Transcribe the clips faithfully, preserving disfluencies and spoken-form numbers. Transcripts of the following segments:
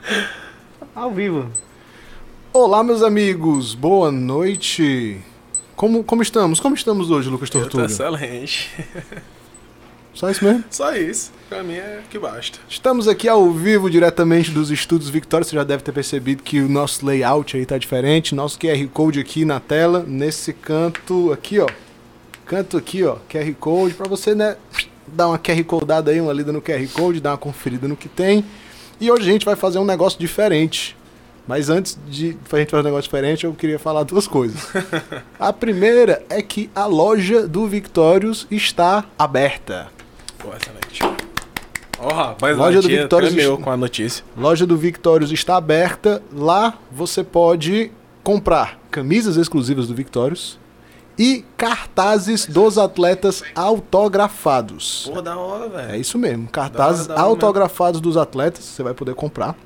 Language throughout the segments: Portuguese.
Ao vivo. Olá, meus amigos. Boa noite. Como, como estamos? Como estamos hoje, Lucas Tortuga? Eu tô excelente. Só isso mesmo? Só isso. Pra mim é que basta. Estamos aqui ao vivo, diretamente dos Estúdios Victória. Você já deve ter percebido que o nosso layout aí tá diferente. Nosso Q R Code aqui na tela, nesse canto aqui, ó. Canto aqui, ó, Q R Code, pra você, né, dar uma Q R Codada aí, uma lida no Q R Code, dar uma conferida no que tem. E hoje a gente vai fazer um negócio diferente. Mas antes de a gente fazer um negócio diferente, eu queria falar duas coisas. A primeira é que a loja do Victorious está aberta. Pô, excelente. Ó, oh, rapaz, loja do Victorious tremeu com a notícia. Loja do Victorious está aberta. Lá você pode comprar camisas exclusivas do Victorious e cartazes dos atletas autografados. Porra, da hora, velho. É isso mesmo. Cartazes da hora, da hora autografados mesmo dos atletas, você vai poder comprar.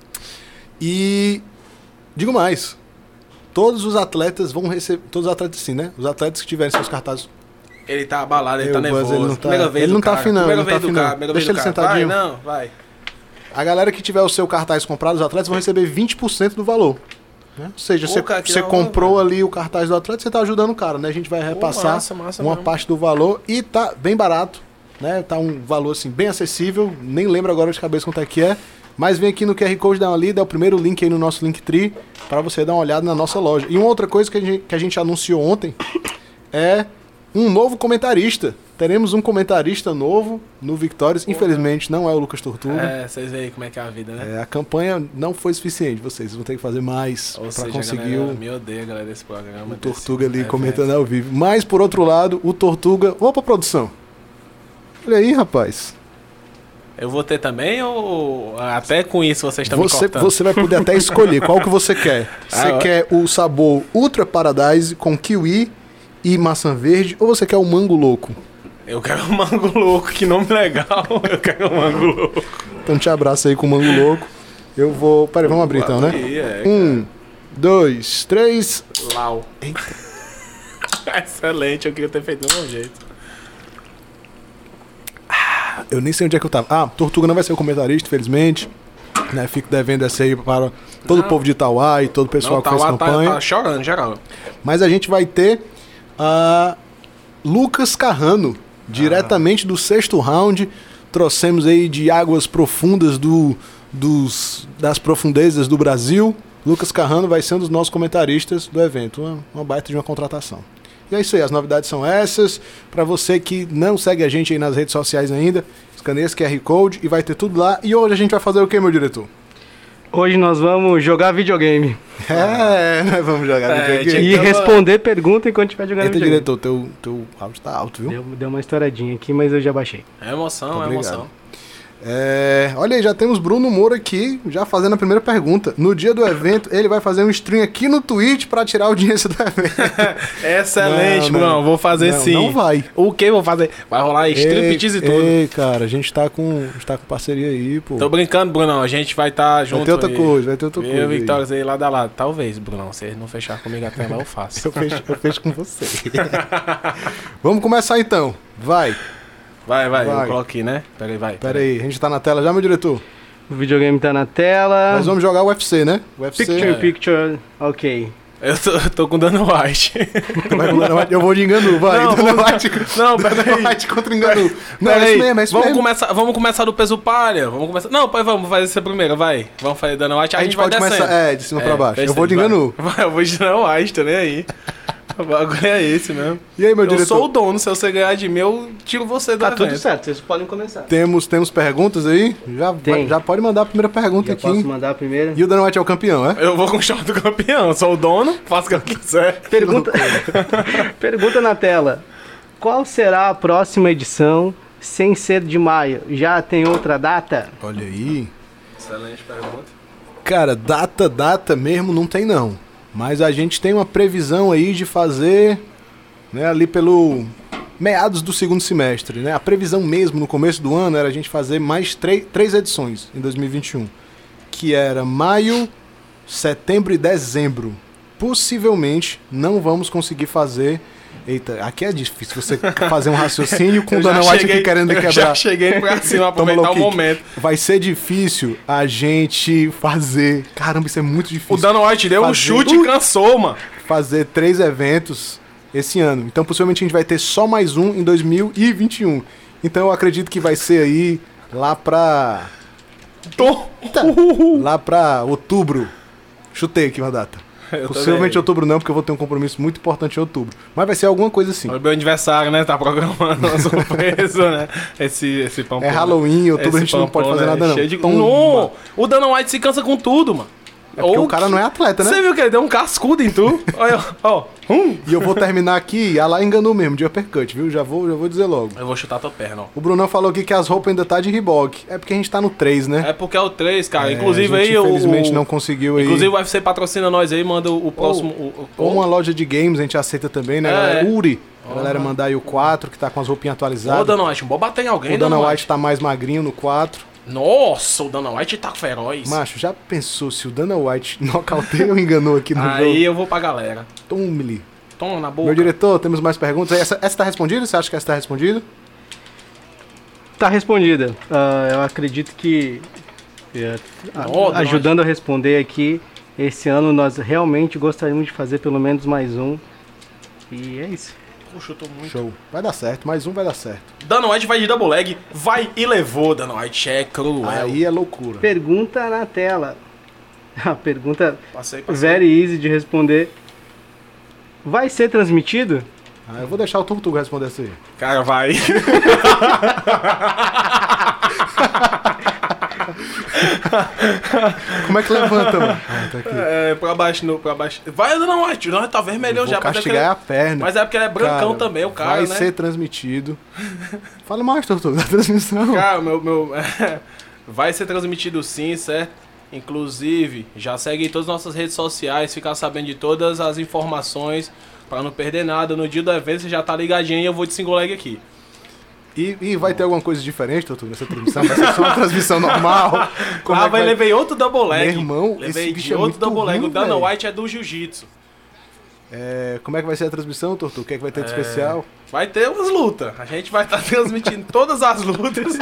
E digo mais, todos os atletas vão receber, todos os atletas sim, né? Os atletas que tiverem seus cartazes. Ele tá abalado, ele Eu, tá nervoso. Ele não tá, primeira vez ele não do tá cara. afinando, Primeira ele não vez tá do cara, afinando. primeira Deixa vez ele do cara. sentadinho. Vai, não, vai. A galera que tiver o seu cartaz comprado, os atletas vão receber vinte por cento do valor. Né? Ou seja, Pô, você, cara, que você da hora, comprou velho. ali o cartaz do atleta, você tá ajudando o cara, né? A gente vai repassar massa, massa uma mesmo. parte do valor e tá bem barato, né? Tá um valor assim bem acessível, nem lembro agora de cabeça quanto é que é. Mas vem aqui no Q R Code, dá uma lida, é o primeiro link aí no nosso Linktree, para você dar uma olhada na nossa loja. E uma outra coisa que a gente, que a gente anunciou ontem é um novo comentarista. Teremos um comentarista novo no Victorious. Infelizmente não é o Lucas Tortuga. É, vocês veem como é que é a vida, né? É, a campanha não foi suficiente, vocês vão ter que fazer mais para conseguir galera, o, me odeia, galera, desse programa. o Tortuga desse, ali é, comentando ao vivo. Mas, por outro lado, o Tortuga... Opa, produção! Olha aí, rapaz. Eu vou ter também ou até com isso vocês estão Você, me cortando? você vai poder até escolher qual que você quer. Você Ah, quer o sabor Ultra Paradise com kiwi e maçã verde ou você quer o mango louco? Eu quero um mango louco, que nome legal. Eu quero um mango louco. Então te abraço aí com o mango louco. Eu vou... Peraí, vamos abrir então, né? Aí, é, Um, dois, três... Lau. Eita. Excelente, eu queria ter feito do mesmo jeito. Eu nem sei onde é que eu tava. Ah, Tortuga não vai ser o comentarista, infelizmente. Né? Fico devendo essa aí para todo Não. o povo de Itauá e todo o pessoal Não, que fez tá lá, campanha. Tá, tá chorando, geral. Mas a gente vai ter a Lucas Carrano, diretamente do sexto round. Trouxemos aí de águas profundas do, dos, das profundezas do Brasil. Lucas Carrano vai ser um dos nossos comentaristas do evento. Uma, uma baita de uma contratação. E é isso aí, as novidades são essas. Para você que não segue a gente aí nas redes sociais ainda, escaneia esse Q R Code e vai ter tudo lá. E hoje a gente vai fazer o que, meu diretor? Hoje nós vamos jogar videogame. É, nós vamos jogar É, videogame. E Então, responder pergunta enquanto estiver jogando Eita, videogame. diretor, teu, teu áudio tá alto, viu? Deu, deu uma estouradinha aqui, mas eu já baixei. É emoção, Muito é obrigado. emoção. É, olha aí, já temos Bruno Moura aqui, já fazendo a primeira pergunta. No dia do evento, ele vai fazer um stream aqui no Twitch pra tirar a audiência do evento. Excelente, Não, não. Bruno. Vou fazer Não, sim. não vai. O que vou fazer? Vai rolar striptease e tudo. Ei, cara, a gente tá com, a gente tá com parceria aí, pô. Tô brincando, Brunão. A gente vai estar tá junto. Vai ter outra aí. coisa, vai ter outra coisa. Eu, aí. Victória, aí lado a lado. Talvez, Brunão. Se não fechar comigo até lá, eu faço. Eu fecho, eu fecho com você. Vamos começar então. Vai. Vai, vai, Vai. eu coloquei, né? Pera aí, vai. Pera aí, a gente tá na tela já, meu diretor? O videogame tá na tela. Nós vamos jogar o U F C, né? O U F C. Picture, picture, ok. Eu tô, eu tô com Dana White. Vai com Dana White, eu vou de Enganu, vai. Não, Dana vamos- White, Não, pera Dana aí. White contra Enganu. Não, Pera é aí. isso mesmo, é isso vamos, mesmo. começar, vamos começar do peso palha. Vamos começar. Não, pai, vamos fazer essa primeira, vai. Vamos fazer Dana White, a, A gente gente vai pode descendo. começar, é, de cima pra baixo. Eu descendo, vou de vai. Enganu. Vai, eu vou de Dana White, tô nem aí. O bagulho é esse mesmo. E aí, meu eu diretor? sou o dono, se você ganhar de mim, eu tiro você do Tá evento. tudo certo, vocês podem começar. Temos, temos perguntas aí? Já, Tem. já pode mandar a primeira pergunta Já aqui. posso mandar a primeira? E o Dana White é o campeão, é? Eu vou com o short do campeão, eu sou o dono, faço o que eu quiser. Pergunta... Pergunta na tela. Qual será a próxima edição sem ser de maio? Já tem outra data? Olha aí. Excelente pergunta. Cara, data, data mesmo não tem não. Mas a gente tem uma previsão aí de fazer, né, ali pelo meados do segundo semestre, né? A previsão mesmo no começo do ano era a gente fazer mais três, três edições em dois mil e vinte e um. Que era maio, setembro e dezembro. Possivelmente não vamos conseguir fazer Eita, aqui é difícil você fazer um raciocínio com o Eu já Dana White cheguei- aqui querendo eu quebrar. Já cheguei pra cima, aproveitar Toma o low kick. momento. Vai ser difícil a gente fazer... Caramba, isso é muito difícil. O Dana White deu um Fazer- chute e cansou, mano. Fazer três eventos esse ano. Então, possivelmente, a gente vai ter só mais um em dois mil e vinte e um. Então, eu acredito que vai ser aí lá pra... Tô. Eita, lá pra outubro. Chutei aqui uma data. Eu Possivelmente também. outubro não, porque eu vou ter um compromisso muito importante em outubro. Mas vai ser alguma coisa assim. É meu aniversário, né? Tá programando uma surpresa, né? Esse, esse pão. É Halloween, em outubro a gente não pode fazer nada não. Cheio de... Toma. Não! O Dana White se cansa com tudo, mano. É porque Ou o cara que- não é atleta, né? Você viu que ele deu um cascudo em tu? Olha, ó. Hum. E eu vou terminar aqui, a lá enganou mesmo, de uppercut, viu? Já vou, já vou dizer logo. Eu vou chutar tua perna, ó. O Brunão falou aqui que as roupas ainda tá de Reebok. É porque a gente tá no três, né? É porque é o três, cara. É, Inclusive a gente, aí o. infelizmente o- não conseguiu aí. Inclusive o U F C patrocina nós aí, manda o, o próximo. o- o- Ou uma loja de games a gente aceita também, né, É. galera? Uri. A Uhum. galera mandar aí o quatro, que tá com as roupinhas Ô, atualizadas. Dana White, bora bater em alguém, O Dana White tá mais magrinho no quatro. Nossa, o Dana White tá feroz. Macho, já pensou se o Dana White nocauteia ou enganou aqui no Aí jogo? eu vou pra galera. Tome-lhe. Toma na boca. Meu diretor, temos mais perguntas? Essa, essa tá respondida? Você acha que essa tá respondida? Tá respondida. Ah, eu acredito que, é, a- Ó, Dona ajudando a responder aqui, esse ano nós realmente gostaríamos de fazer pelo menos mais um. E é isso. Puxa, eu tô muito. Show. Vai dar certo, mais um vai dar certo. Dana White vai de double leg, vai e levou. Dana White é cruel. Aí é loucura. Pergunta na tela. A pergunta Passei, passei. very easy de responder. Vai ser transmitido? Ah, eu vou deixar o Turtugo responder isso aí. Cara, vai. Como é que levanta, mano? Ah, tá aqui. É, pra baixo, no, pra baixo. Vai, Dana White. Não, tá vermelhão Vou já. Mas é, porque ele- castigar a perna. mas é porque ele é brancão Cara, também, o cara, vai né? ser transmitido. Fala mais, Turtugo, da transmissão. Cara, meu. meu vai ser transmitido sim, certo? Inclusive, já segue em todas as nossas redes sociais, ficar sabendo de todas as informações, pra não perder nada. No dia do evento você já tá ligadinho e eu vou de single leg aqui. E, e vai ter alguma coisa diferente, Turtugo, nessa transmissão? Vai ser só uma transmissão normal? Como ah, é que vai, levei outro double leg. Meu irmão, levei esse bicho de é outro muito double leg. ruim, O Dana velho. White é do jiu-jitsu. É, como é que vai ser a transmissão, Turtugo? O que é que vai ter de É. especial? Vai ter umas lutas. A gente vai estar transmitindo todas as lutas.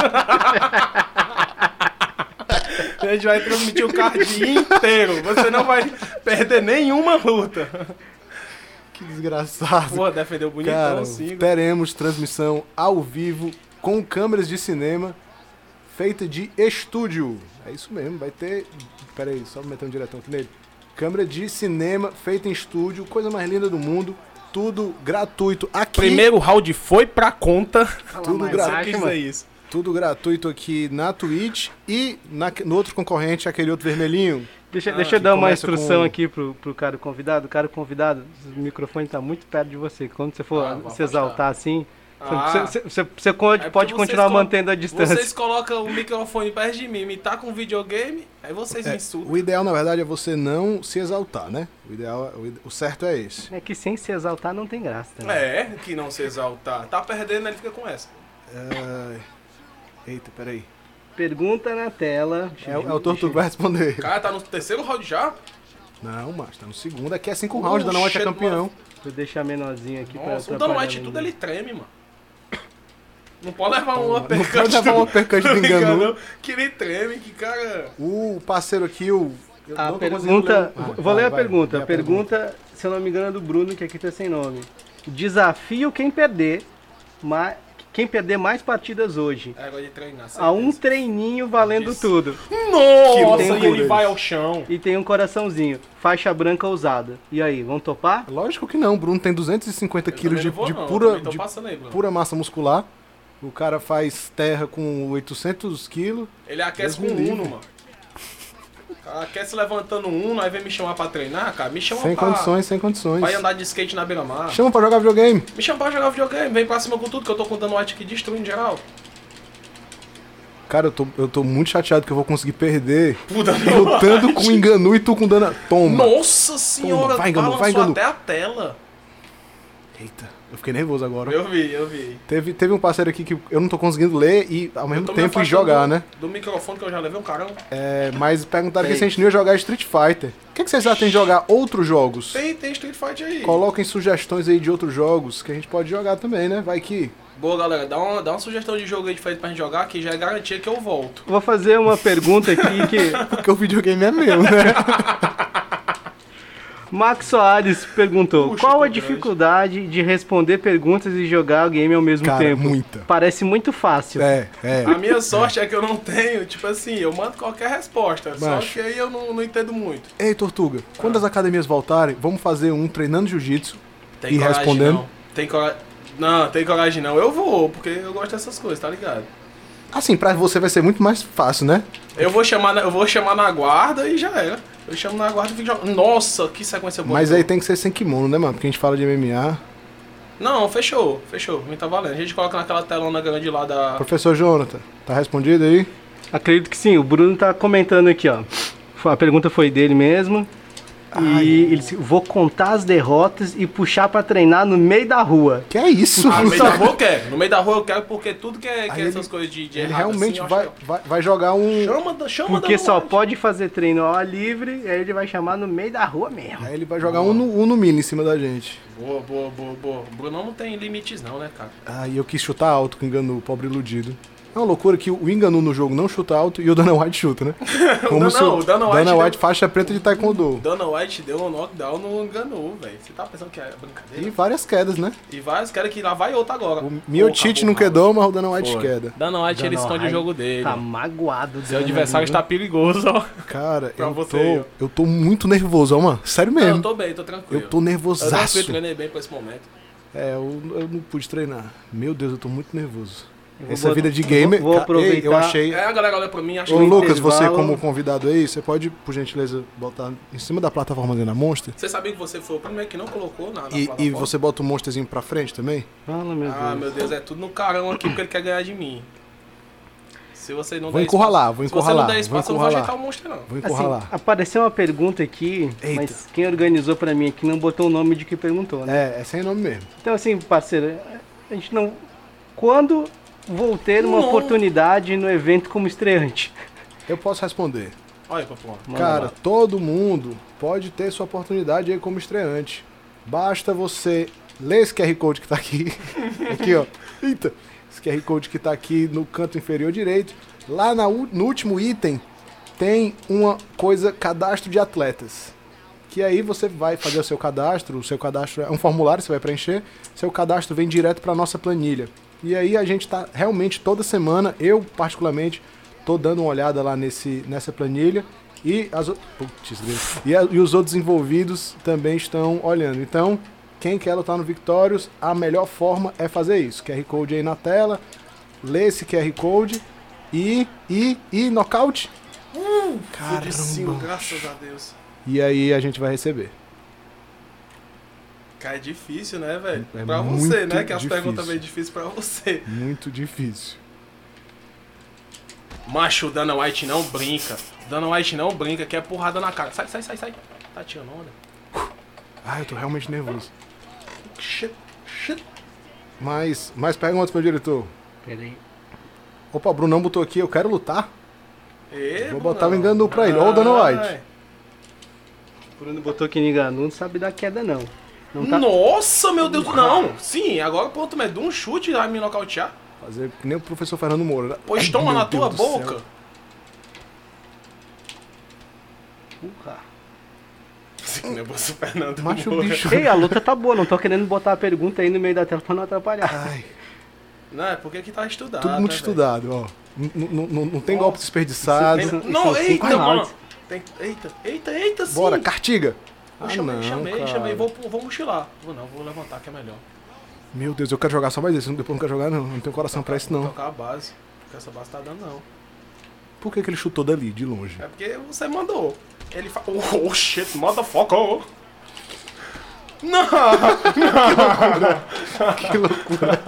A gente vai transmitir o card inteiro. Você não vai perder nenhuma luta. Que desgraçado. Porra, defendeu bonitão Cara, assim. teremos transmissão ao vivo com câmeras de cinema feita de estúdio. É isso mesmo, vai ter... Pera aí, só meter um diretão aqui nele. Câmera de cinema feita em estúdio, coisa mais linda do mundo. Tudo gratuito aqui. Primeiro round foi pra conta. Tudo mais grátis, baixo, Quem mano. quiser isso. Tudo gratuito aqui na Twitch e na- no outro concorrente, aquele outro vermelhinho. Deixa, Ah, deixa eu que dar uma começa instrução com- aqui pro, pro cara convidado. O cara convidado, o microfone tá muito perto de você. Quando você for Ah, vou se exaltar assim, Ah. você, você, você pode, É pode porque continuar vocês colo- mantendo a distância. Vocês colocam o microfone perto de mim, me tá com videogame, aí vocês me É, insultam. o ideal, na verdade, é você não se exaltar, né? O ideal, o, ide- o certo é esse. É que sem se exaltar não tem graça. Né? É, que não se exaltar. Tá perdendo, ele fica com essa. Ai. Eita, peraí. Pergunta na tela. É, o- é o Tortugo que vai responder. Cara, tá no terceiro round já? Não, macho, tá no segundo. Aqui é cinco Oh, rounds, Dana White é shit, campeão. Vou deixar menorzinho aqui pra Nossa, o Dana atrapalhar White menos. tudo ele treme, mano. Não pode levar um Não uppercut. pode levar um uppercut do do Ngannou. Ngannou, que ele treme, que cara... O parceiro aqui, o... eu A não tô conseguindo pergunta. ler. Ah, vou vai, ler a vai, pergunta. lê A pergunta, se eu não me engano, é do Bruno, que aqui tá sem nome. Desafio quem perder. ma- Quem perder mais partidas hoje. É, agora de treinar. A um certeza. treininho valendo Isso. tudo. Nossa, tem e um ele deles. vai ao chão. E tem um coraçãozinho. Faixa branca ousada. E aí, vão topar? Lógico que não, o Bruno tem duzentos e cinquenta Eu quilos de, também não vou, de não, eu pura, também tô de passando aí, Bruno. pura massa muscular. O cara faz terra com oitocentos quilos. Ele aquece com Deus me Uno, livre. mano. O cara aquece levantando Uno, aí vem me chamar pra treinar, cara. Me chama Sem pra... condições, sem condições. Vai andar de skate na beira-mar. Chama pra jogar videogame. Me chama pra jogar videogame, vem pra cima com tudo, que eu tô com o Dana White aqui destruindo geral. Cara, eu tô, eu tô muito chateado que eu vou conseguir perder. Puta Lutando com o Ngannou e tu com Dana... Toma. Nossa senhora, vai, Ngannou, balançou vai, Ngannou. até a tela. Eita. Eu fiquei nervoso agora. Eu vi, eu vi. Teve, teve um parceiro aqui que eu não tô conseguindo ler e ao Eu mesmo tô me tempo afastando jogar, do, né? Do microfone que eu já levei um carão. É, mas perguntaram aqui Tem. se a gente não ia jogar Street Fighter. O que, que vocês já têm de jogar outros jogos? Tem, tem Street Fighter aí. Coloquem sugestões aí de outros jogos que a gente pode jogar também, né? Vai que... Boa, galera. Dá uma, dá uma sugestão de jogo aí diferente pra gente jogar, que já é garantia que eu volto. Vou fazer uma pergunta aqui que Porque o videogame é meu, né? Max Soares perguntou: Puxa, qual a que grande. dificuldade de responder perguntas e jogar o game ao mesmo Cara, tempo? muita. Parece muito fácil. É, é. A minha sorte é que eu não tenho, tipo assim, eu mando qualquer resposta. Só Macho. que aí eu não, não entendo muito. Ei, Tortuga, quando as academias voltarem, vamos fazer um treinando jiu-jitsu Tem e coragem, respondendo. Não. Tem coragem. Não, tem coragem não. Eu vou, porque eu gosto dessas coisas, tá ligado? Assim, pra você vai ser muito mais fácil, né? Eu vou chamar, na- eu vou chamar na guarda e já era. Eu chamo na guarda e fico jogando. Nossa, que sequência boa. Mas aí tem que ser sem kimono, né, mano? Porque a gente fala de M M A. Não, fechou, fechou. Me tá valendo. A gente coloca naquela telona grande lá da. Professor Jonathan, tá respondido aí? Acredito que sim. O Bruno tá comentando aqui, ó. A pergunta foi dele mesmo. Ai. E ele disse: vou contar as derrotas e puxar pra treinar no meio da rua. Que é isso? Ah, no meio da rua eu quero. No meio da rua eu quero porque tudo que é, que Aí é essas ele- coisas de, de Ele errado realmente assim, eu vai, acho que vai, vai jogar um. eu- Chama, da- chama Porque da só vontade. pode fazer treino ao ar livre, aí ele vai chamar no meio da rua mesmo. Aí ele vai jogar um no, um no milho em cima da gente. Boa, boa, boa, boa. O Brunão não tem limites não, né, cara? Ah, e eu quis chutar alto, que enganou o pobre iludido. É uma loucura que o Enganu no jogo não chuta alto e o Dana White chuta, né? Como Dana- se não, o Dana White Dana deu- White faixa preta de taekwondo. Dana White deu um knockdown, não enganou, velho. Você tá pensando que é brincadeira? E várias quedas, né? E vários querem que lá vai outra agora. O Miotite não quedou, mas o Dana White Foi. queda. Dana White ele Dana esconde White o jogo dele. Tá magoado. Seu adversário está perigoso, ó. Cara, Pra eu você aí, ó. tô, eu tô muito nervoso, ó, mano. Sério Não, mesmo. eu tô bem, tô tranquilo. Eu tô Eu nervosaço. tranquilo, treinei bem pra esse momento. É, eu, eu não pude treinar. Meu Deus, eu tô muito nervoso. vou Essa bot- vida de eu gamer, vou- vou ca- ei, eu aproveitar- achei... É, a galera olha pra mim, acha Ô que... Lucas, você intervalo- como convidado aí, você pode, por gentileza, botar em cima da plataforma dentro da Monster? Você sabia que você foi o primeiro que não colocou na, na E, e plataforma? você bota o Monsterzinho pra frente também? Fala, meu Ah, Deus. meu Deus, é tudo no carão aqui porque ele quer ganhar de mim. Se você não Vou der encurralar, espaço, vou Se você não encurralar, der vou espaço, eu não vou encurralar. ajeitar o monstro, não. Vou Assim, encurralar. apareceu uma pergunta aqui, Eita. mas quem organizou pra mim aqui não botou o nome de quem perguntou, né? É, é sem nome mesmo. Então, assim, parceiro, a gente não. Quando vou ter uma Não. oportunidade no evento como estreante? Eu posso responder. Olha, Popó. Manda Cara, lá. todo mundo pode ter sua oportunidade aí como estreante. Basta você ler esse Q R Code que tá aqui. Aqui, ó. Eita. Esse Q R Code que tá aqui no canto inferior direito. Lá na u- no último item tem uma coisa, cadastro de atletas. Que aí você vai fazer o seu cadastro. O seu cadastro é um formulário, você vai preencher. Seu cadastro vem direto para nossa planilha. E aí a gente tá realmente toda semana, eu particularmente, tô dando uma olhada lá nesse, nessa planilha. E, as, o- Putz, grilo. e, a- e os outros envolvidos também estão olhando. Então, quem quer lutar no Victorious, a melhor forma é fazer isso. Q R Code aí na tela, lê esse Q R Code e, e, e nocaute. Fudicinho, Caramba. graças a Deus. E aí a gente vai receber. Cara, é difícil, né, velho? É pra muito você, né? Que as difícil. perguntas meio difíceis pra você. Muito difícil. Macho, o Dana White não brinca. Dana White não brinca, que é porrada na cara. Sai, sai, sai, sai. Tá tirando onda. Ah, eu tô realmente nervoso. Shit, shit. Mas, mais perguntas, meu diretor. Peraí. Opa, o Brunão botou aqui, eu quero lutar. Ê, Vou Brunão. botar o engano pra ele. Ó o Dana White. Ai. O Bruno botou que ninguém não sabe da queda, não. Não tá... Nossa, meu Deus, não. Sim, agora ponto medo. Um chute vai me nocautear. Fazer que nem o professor Fernando Moura. né? Pois Ai, toma meu na Deus tua do céu. boca. Porra. Esse negócio Fernando Macho Moura. bicho. Ei, a luta tá boa, não tô querendo botar a pergunta aí no meio da tela pra não atrapalhar. Ai, Não, é porque que tá estudado. tudo muito né, estudado, ó. N- n- n- Não tem Nossa. golpe desperdiçado. Isso- velho? Não, são eita, cinco mano. rounds. Tem- Eita, eita, eita, sim. Bora, Cartiga. Eu Ah, chamei, não, chamei, cara. chamei. Vou, vou mochilar. Vou não, vou levantar que é melhor. Meu Deus, eu quero jogar só mais esse. Depois eu não quero jogar, não. Não tenho coração pra isso, Vou não. tocar a base. Porque essa base tá dando, não. Por que, que ele chutou dali, de longe? É porque você mandou. Ele fala. Oh, oh shit, motherfucker! Não! Que loucura.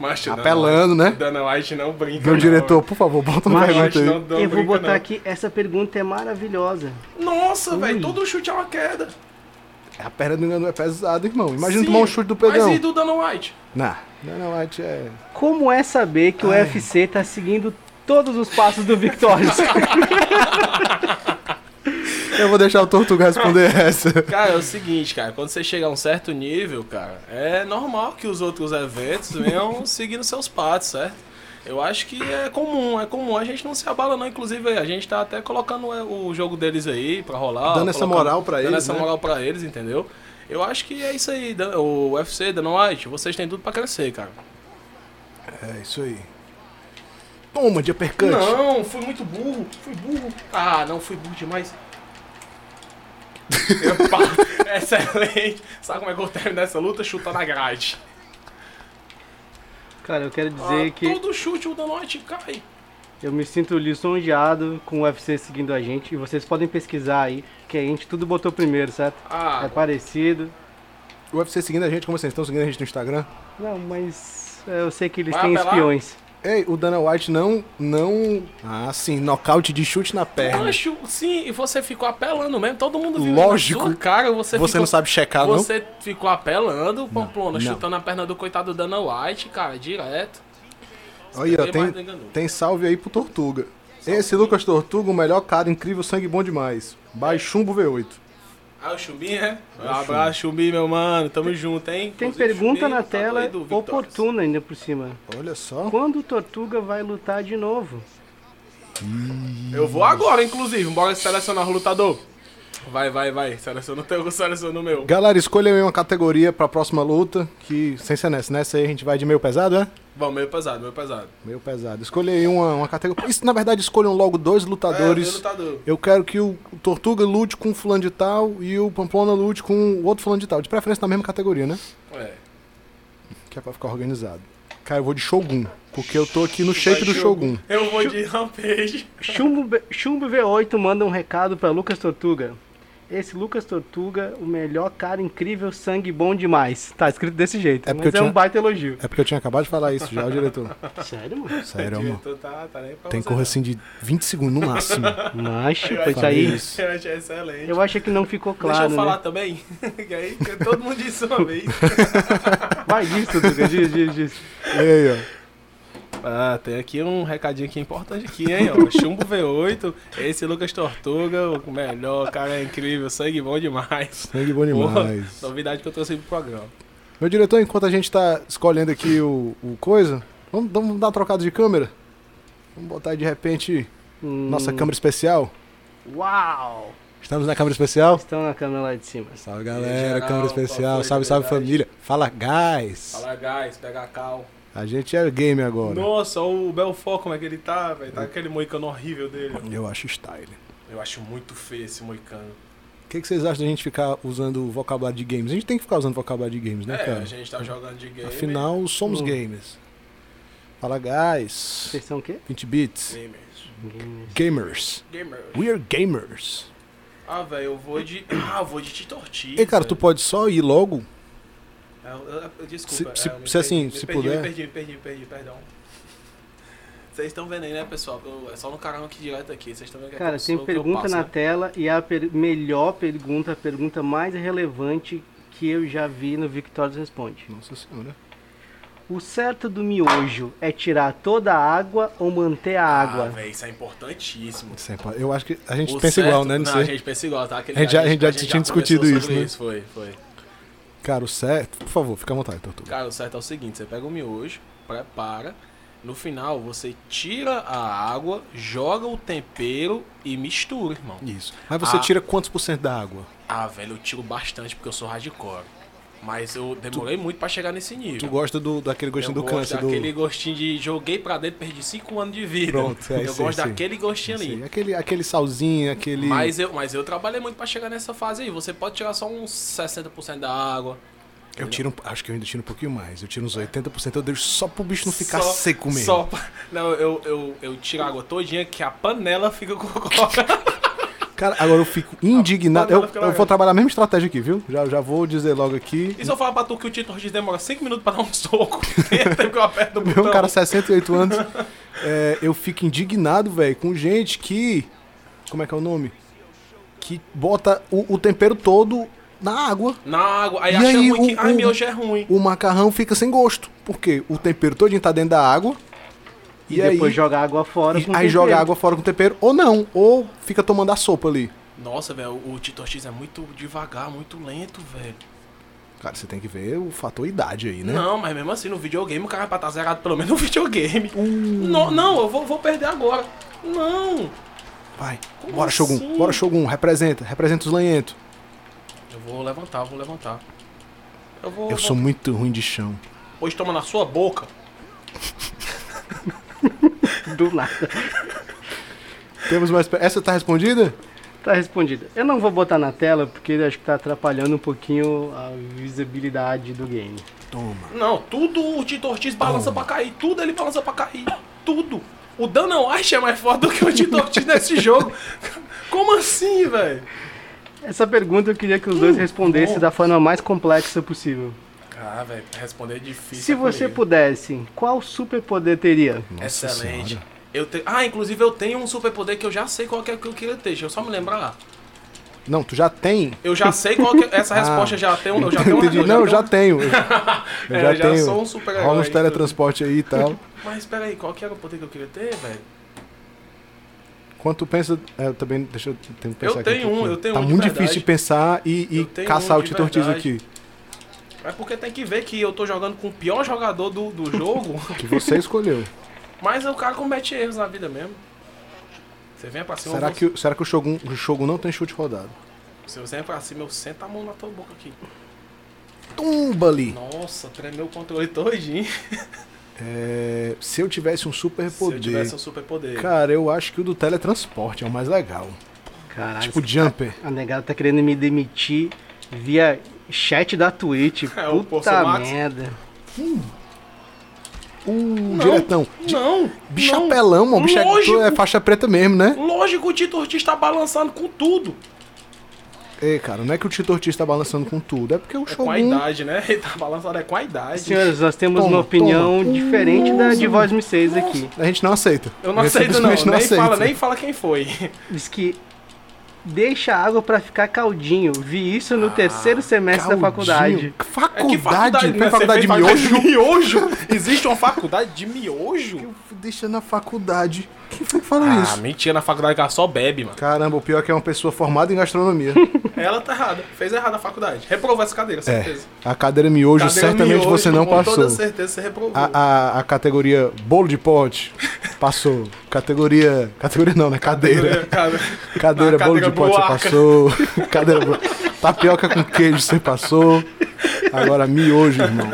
Macho, Apelando, né? Dana White não brinca. Meu não, diretor, por favor, bota uma Mas, pergunta aí. não, não Eu vou brinca, botar não. aqui, essa pergunta é maravilhosa. Nossa, Ui. velho, todo chute é uma queda. A perna do engano é pesada, irmão. Imagina Sim, tomar um chute do Pedrão. Mas e do Dana White? Não, Dana White é... Como é saber que o Ai. U F C tá seguindo todos os passos do Victorious? Eu vou deixar o Tortuga responder essa. Cara, é o seguinte, cara, quando você chega a um certo nível, cara, é normal que os outros eventos venham seguindo seus passos, certo? Eu acho que é comum, é comum. A gente não se abala não, inclusive a gente tá até colocando o jogo deles aí pra rolar. Dando essa colocando- moral pra Dando eles, essa né? moral pra eles, entendeu? Eu acho que é isso aí, Dan- o U F C, Dana White, vocês têm tudo pra crescer, cara. É, isso aí. Toma, de uppercut. Não, fui muito burro, fui burro. Ah, não, fui burro demais. Epa, excelente. Sabe como é que eu termino essa luta? Chutando a grade. Cara, eu quero dizer Ah, que todo chute o Dana White cai. eu me sinto lisonjeado com o U F C seguindo a gente. E vocês podem pesquisar aí, que a gente tudo botou primeiro, certo? Ah, É parecido. O U F C seguindo a gente, como vocês estão seguindo a gente no Instagram? Não, mas é, eu sei que eles Vai têm apelar? espiões. Ei, o Dana White não, não... Ah, sim, nocaute de chute na perna. Mancho, sim, e você ficou apelando mesmo, todo mundo viu. Lógico. Na sua cara, você Você ficou, não sabe checar, não? Você ficou apelando, Pamplona, não. chutando a perna do coitado do Dana White, cara, direto. Olha, ó, Tem tem, mais engano. tem salve aí pro Tortuga. Esse Lucas Tortuga, o melhor cara, incrível, sangue bom demais. By Chumbo V oito. Ah, o Chumbinho, é? Um abraço, Chumbinho, meu mano, tamo junto, hein? Tem Inclusive, pergunta Chumbinho, na tá tela doido, Victorious. oportuna ainda por cima. Olha só. Quando o Tortuga vai lutar de novo? Eu vou agora, inclusive, bora selecionar o lutador. Vai, vai, vai, seleciona o teu, seleciona o meu. Galera, escolha aí uma categoria pra próxima luta, que, sem ser nessa, nessa aí a gente vai de meio pesado, é? Vamos, meio pesado, meio pesado. Meio pesado. Escolha aí uma, uma categoria. Isso, na verdade, escolham logo dois É, lutadores. meu lutador. Eu quero que o Tortuga lute com o fulano de tal e o Pamplona lute com o outro fulano de tal. De preferência na mesma categoria, né? É. Que é pra ficar organizado. Cara, eu vou de Shogun, porque eu tô aqui no shape Vai, do Shogun. Eu vou de Rampage. Chumbo, B- Chumbo V oito manda um recado pra Lucas Tortuga. Esse Lucas Tortuga, o melhor cara incrível, sangue bom demais. Tá escrito desse jeito, É porque mas é eu um tinha- baita elogio. É porque eu tinha acabado de falar isso já, o diretor. Sério, mano? Sério, mano. Tu tá, tá nem pra Tem você, cor não. assim de vinte segundos no máximo. Macho, Eu foi isso falei aí. isso. Eu achei excelente. Eu acho que não ficou Deixa claro, eu falar né? também, que aí que todo mundo disse uma vez. Vai disso, Tortuga, diz, diz, diz. E aí, ó. Ah, tem aqui um recadinho aqui importante aqui, hein, ó. Chumbo V oito, esse Lucas Tortuga, o melhor, cara, é incrível, sangue bom demais. Sangue bom Porra, demais. novidade que eu trouxe pro programa. Meu diretor, enquanto a gente tá escolhendo aqui o, o coisa, vamos, vamos dar uma trocada de câmera? Vamos botar aí de repente Hum, nossa câmera especial? Uau! Estamos na câmera especial? Estão na câmera lá de cima. Salve E aí, galera, geral, câmera qual especial. foi, Salve, de salve verdade? família. Fala, guys. Fala, guys, pega a cal. A gente é game agora. Nossa, o Belfort, como é que ele tá, velho? Tá aquele moicano horrível dele. Eu acho style. Eu acho muito feio esse moicano. O que, que vocês acham da gente ficar usando o vocabulário de games? A gente tem que ficar usando vocabulário de games, né, É, cara? a gente tá jogando de game. Afinal, somos Hum. gamers. Fala, guys. Vocês são o quê? vinte bits. Gamers. Gamers. Gamers. We are gamers. Ah, velho, eu vou de. Ah, eu vou de Tito Ortiz. E, cara, tu velho. pode só ir logo? É, eu- eu- eu- Desculpa. Se- se- é, eu me se assim, perdi, me se perdi, puder. Me perdi, me perdi, me perdi, perdão. Vocês estão vendo aí, né, pessoal? Eu- é só no canal aqui direto aqui. Vocês estão vendo que é Cara, que eu tem sou- que eu pergunta passo, na né? tela e a per- melhor pergunta, a pergunta mais relevante que eu já vi no Victorious Responde. Nossa senhora. O certo do miojo é tirar toda a água ou manter a Ah, água? velho, isso é importantíssimo. Isso é impo- Eu acho que a gente O pensa certo- igual, né? Não, Nisso a aí. gente pensa igual, tá? Aquele- A gente já- a gente já tinha discutido conversou isso, sobre né? Foi, foi. Cara, o certo... Por favor, fica à vontade, Tortuga. Cara, o certo é o seguinte, você pega o miojo, prepara, no final você tira a água, joga o tempero e mistura, irmão. Isso. Mas você Ah. tira quantos por cento da água? Ah, velho, eu tiro bastante porque eu sou hardcore. Mas eu demorei muito pra chegar nesse nível. Tu gosta do, daquele gostinho eu do gosto câncer? Do... daquele gostinho de joguei pra dentro, perdi cinco anos de vida. Pronto, é eu isso aí, gosto sim. daquele gostinho Sim, ali. aquele, aquele salzinho, aquele... Mas eu, mas eu trabalhei muito pra chegar nessa fase aí. Você pode tirar só uns sessenta por cento da água. Eu tiro, um- acho que eu ainda tiro um pouquinho mais. Eu tiro uns oitenta por cento, eu deixo só pro bicho não ficar Só- seco mesmo. Só pra- Não, eu, eu, eu tiro a água todinha que a panela fica com coca. Cara, agora eu fico indignado. A Eu, bola fica eu vou largada. trabalhar a mesma estratégia aqui, viu? Já, já vou dizer logo aqui. E se eu falar pra tu que o Tito Ortiz demora cinco minutos pra dar um soco? Tempo que eu aperto o botão. Meu, um cara sessenta e oito anos. É, eu fico indignado, velho, com gente que... Como é que é o nome? Que bota o, o tempero todo na água. Na água. Aí E acha aí, ruim que... o- Ai, o- meu, já é ruim. O macarrão fica sem gosto. Por quê? O tempero todinho tá dentro da água. E, depois aí, joga água fora. e- com aí tempero. joga água fora com tempero. Ou não. Ou fica tomando a sopa ali. Nossa, velho, o Tito Ortiz é muito devagar, muito lento, velho. Cara, você tem que ver o fator idade aí, né? Não, mas mesmo assim, no videogame o cara vai estar zerado pelo menos no videogame. Uh. Não, não, eu vou, vou perder agora. Não. Vai. Como Bora, Shogun. assim? Bora, Shogun. Representa. Representa os lenhentos. Eu vou levantar, eu vou levantar. Eu vou... Eu vou... sou muito ruim de chão. Hoje toma na sua boca. Do nada. Temos mais... pe- Essa tá respondida? Tá respondida. Eu não vou botar na tela porque acho que tá atrapalhando um pouquinho a visibilidade do game. Toma. Não, tudo o Tito Ortiz balança pra cair. Tudo ele balança pra cair. Tudo. O Dana White é mais forte do que o Tito Ortiz nesse jogo. Como assim, velho? Essa pergunta eu queria que os dois respondessem bom. da forma mais complexa possível. Ah, velho, responder é difícil. Se é você comigo. pudesse, qual superpoder teria? Nossa Excelente. Senhora. Eu te... Ah, inclusive eu tenho um superpoder que eu já sei qual que é que eu queria ter. Deixa eu só me lembrar. Não, tu já tem. Eu já sei qual que é. Essa Ah. resposta já tem. Eu já tenho uma- Entendi. eu Não, eu já tenho- tenho. Eu, eu É, já eu já tenho. sou um super-herói, Rola uns então. teletransporte aí e tal. Mas espera aí, qual que era o poder que eu queria ter, velho? Quando tu pensa... É, eu também... Deixa eu tenho que pensar Eu aqui tenho um, pouquinho. eu tenho Tá um de muito verdade. difícil de pensar e, e Eu tenho caçar um o de Tito Ortiz verdade. aqui. É porque tem que ver que eu tô jogando com o pior jogador do, do jogo, Que você escolheu. mas o cara comete erros na vida mesmo. Você vem pra cima, Será eu que, o- será que o Shogun, o Shogun não tem chute rodado? vou- se você vem pra cima, eu sento a mão na tua boca aqui. Tumba ali! Nossa, tremeu o controle todinho. É, se eu tivesse um super Se eu poder... tivesse um super poder. Cara, eu acho que o do teletransporte é o mais legal. Caralho, Tipo Jumper. a negada tá querendo me demitir via chat da Twitch. É, o Puta Poço Max. merda. Uh, diretão. Não, Bicho não. apelão, mano. Bicho é, Lógico. tu é faixa preta mesmo, né? Lógico, o Tito Ortiz tá balançando com tudo. Ei, cara, não é que o Tito Ortiz tá balançando com tudo, é porque o É com a Shogun... idade, né? Ele tá balançando é com a idade. Senhores, nós temos Toma, uma opinião toma. diferente da de Voz M seis aqui. A gente não aceita. Eu não A gente aceito não, simplesmente nem, aceita. fala, nem fala quem foi. Diz que deixa a água pra ficar caldinho. Vi isso no terceiro semestre da faculdade. Ah, Faculdade? faculdade, Tem né? faculdade de Você fez miojo? miojo? Existe uma faculdade de miojo? Eu deixa na faculdade. Quem foi que falou Ah, isso? mentira, na faculdade que ela só bebe, mano. Caramba, o pior é que é uma pessoa formada em gastronomia. Ela tá errada, fez errado a faculdade. Reprovou essa cadeira, É, certeza. a cadeira miojo Cadeira certamente miojo, você não com passou. toda certeza você reprovou. A, a, a categoria bolo de pote passou. Categoria. Categoria não, né? Cadeira. Cadeira, Cadeira, na bolo de cadeira pote você boaca. passou. Cadeira. bro- Tapioca com queijo você passou. Agora miojo, irmão.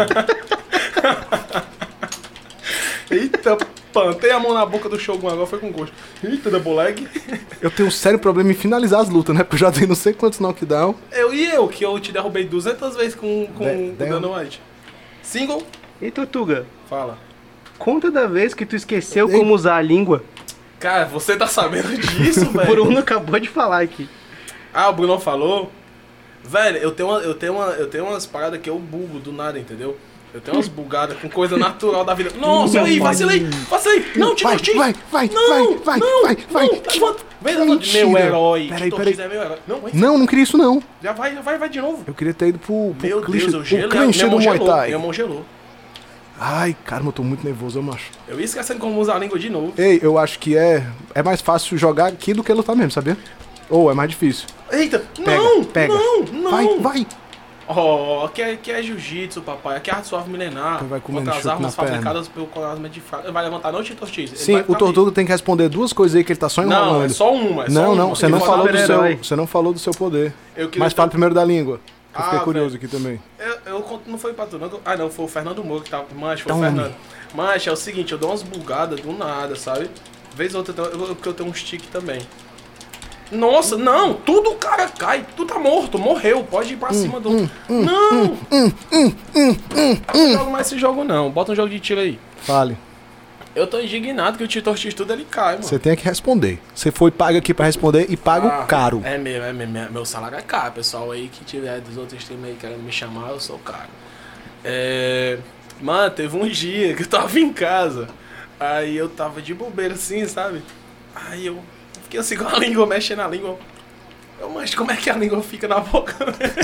Eita, plantei a mão na boca do Shogun agora, foi com gosto. Eita, double leg. Eu tenho um sério problema em finalizar as lutas, né? Porque eu já dei não sei quantos knockdown. Eu e eu, que eu te derrubei duzentas vezes com, com De- o de- Dana White. Single? E Tortuga, Fala. conta da vez que tu esqueceu Ei. como usar a língua. Cara, você tá sabendo disso, O velho? Bruno acabou de falar aqui. Ah, o Bruno falou. Velho, eu tenho, uma, eu, tenho uma, eu tenho umas paradas que eu bugo do nada, entendeu? Eu tenho umas bugadas com coisa natural da vida. Nossa, Não aí, pode. vacilei, vacilei. Não, Tito Vai, Ortiz. vai, vai, Não, vai, vai, não, vai, vai. não, levanta. Vem, levanta. Mentira. Meu herói. Peraí, Tito peraí. Ortiz é meu herói. Não, vai. Não, não queria isso não. Já vai, já vai, vai de novo. Eu queria ter ido pro, pro Meu clichê, Deus, eu gelei. o clichê Minha do mão Muay gelou, Thai. minha mão gelou. Ai, caramba, eu tô muito nervoso, eu macho. Eu ia esquecendo como usar a língua de novo. Ei, eu acho que é, é mais fácil jogar aqui do que lutar mesmo, sabia? Ou é mais difícil. Eita, Pega, não, pega. não, não. Vai, vai. Oh, aqui é, aqui é jiu-jitsu, papai. Aqui é arte suave milenar. Tu vai comendo Contra as chute armas na perna. fabricadas pelo conhecimento de fraco. Vai levantar não, Tito Ortiz? Ele Sim, vai o ficar Tortuga tem que responder duas coisas aí que ele tá só vivo. Não, enrolando. é só uma. É só não, uma. não, você Ele não vai falou dar do super-herói. seu, você não falou do seu poder. Eu queria Mas ter- fala primeiro da língua. Que eu fiquei Ah, curioso velho. aqui também. Eu, eu conto- não foi pra tu, não. Ah, não, foi o Fernando Moura que tava. Mancha, foi Tome. o Fernando. Mancha, é o seguinte, eu dou umas bugadas do nada, sabe? Vez ou outra, eu tenho- eu- porque eu tenho um stick também. Nossa, não! Tudo o cara cai. Tu tá morto, morreu. Pode ir pra cima do. Não! Não jogo mais esse jogo, não. Bota um jogo de tiro aí. Fale. Eu tô indignado que o Tito Ortiz tudo ele cai, mano. Você tem que responder. Você foi pago aqui pra responder e pago Ah, caro. É mesmo, é mesmo. Meu salário é caro. Pessoal aí que tiver dos outros times aí querendo me chamar, eu sou caro. É... Mano, teve um dia que eu tava em casa. Aí eu tava de bobeira assim, sabe? Aí eu fiquei assim com a língua, mexendo na língua. Eu, mas como é que a língua fica na boca?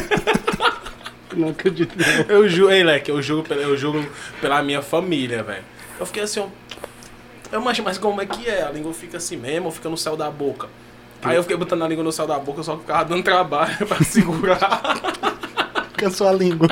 Não acredito, não. Eu juro, ei, Leque, eu juro, pela- eu juro pela minha família, velho. Eu fiquei assim, ó. Eu, mas, mas como é que é? A língua fica assim mesmo ou fica no céu da boca? Aí eu fiquei botando a língua no céu da boca, só que ficava dando trabalho pra segurar. Cansou a língua.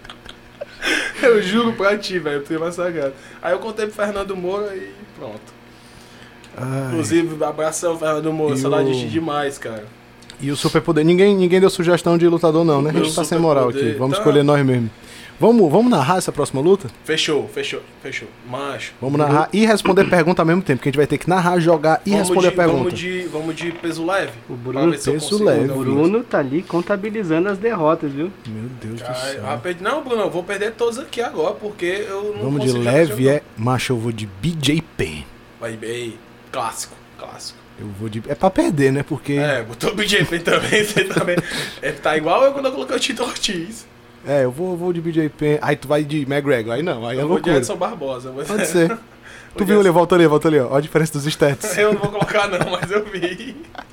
Eu juro pra ti, velho, eu tenho mais sagrado. Aí eu contei pro Fernando Moura e pronto. Ai. Inclusive, abração, Fernando Moura, E saudade o- de ti demais, cara. E o superpoder, ninguém, ninguém deu sugestão de lutador não, né? A gente Meu tá sem moral aqui, superpoder, vamos tá. escolher nós mesmo. Vamos, vamos narrar essa próxima luta? Fechou, fechou, fechou. Macho. Vamos narrar e responder pergunta ao mesmo tempo, que a gente vai ter que narrar, jogar e Vamos responder de, a pergunta. Vamos de, vamos de peso leve? O Pra Bruno, ver se eu peso consigo leve. dar o um Bruno tá ali contabilizando as derrotas, viu? Meu Deus do Ai, céu. ah, perdi- Não, Bruno, eu vou perder todos aqui agora, porque eu não Vamos de consigo leve, jogar. é... Macho, eu vou de B J Penn. Vai bem, clássico, clássico. Eu vou de... É pra perder, né? Porque... É, botou o B J P também, você também. É, tá igual eu quando eu coloquei o Tito Ortiz. É, eu vou, eu vou de B J Penn. Aí tu vai de McGregor. Aí não, aí é Eu vou de loucura. Edson Barbosa. eu vou- Pode ser. Tu Vou viu de ali? Volta ali, volta ali, ó. Ó a diferença dos stats. Eu não vou colocar não, mas eu vi.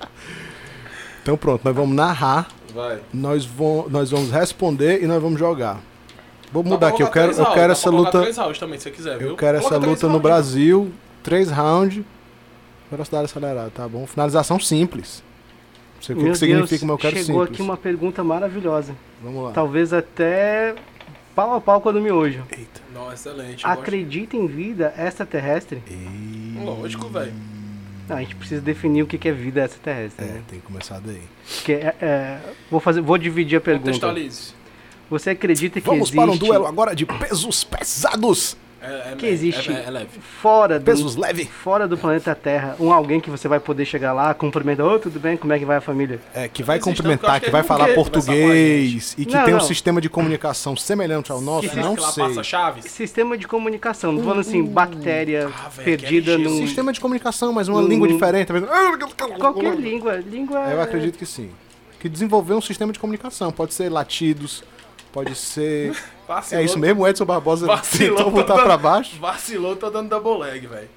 Então pronto, nós vamos narrar, Vai. nós, vamos, nós vamos responder e nós vamos jogar. Vou mudar Dá pra aqui, eu colocar quero, três eu rounds, quero dá essa pra colocar luta. três rounds também, se você quiser, viu? Eu quero essa Coloca três luta no rounds. Brasil, três rounds, velocidade acelerada, tá bom? Finalização simples. Não sei o que, Meu que significa, Deus, mas eu quero chegou simples. aqui uma pergunta maravilhosa. Vamos lá. Talvez até pau a pau com a do miojo. Eita. Não, excelente. eu gosto. Acredita em vida extraterrestre? Ei. Lógico, velho. Não, a gente precisa definir o que que é vida extraterrestre. É, Né? tem que começar daí. Porque, é, é, vou, fazer, vou dividir a pergunta. Contextualize. Você acredita que Vamos existe para um duelo agora de pesos pesados. É, é, que existe É, é leve. fora do, Pesos leve. fora do planeta Terra um alguém que você vai poder chegar lá, cumprimentar, ô, tudo bem, como é que vai a família? É, que vai Existe, cumprimentar, não, porque que vai eu acho que falar ele não quer conversar com a português e que Não, tem um não. sistema de comunicação semelhante ao nosso, Que não que ela sei. passa chaves? Sistema de comunicação, não tô falando assim, bactéria Ah, velho, perdida que é num... Sistema de comunicação, mas uma Hum. língua diferente. Qualquer língua, língua... Eu acredito que sim. Que desenvolveu um sistema de comunicação. Pode ser latidos, pode ser... Vacilou, É isso mesmo, o Edson Barbosa Vacilou, tentou tá voltar dando- pra baixo. Vacilou, tô dando double leg, velho.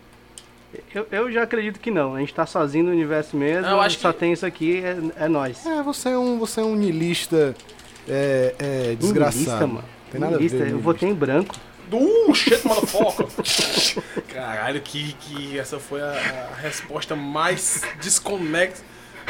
Eu, eu já acredito que não, a gente tá sozinho no universo mesmo, Eu acho só que- tem isso aqui, é, é nós. É, você é um, você é um niilista é, é, desgraçado. Niilista, mano. Tem nada Niilista, a ver. eu niilista. votei em branco. Uh, shit, motherfucker. Caralho, que, que essa foi a, a resposta mais desconexa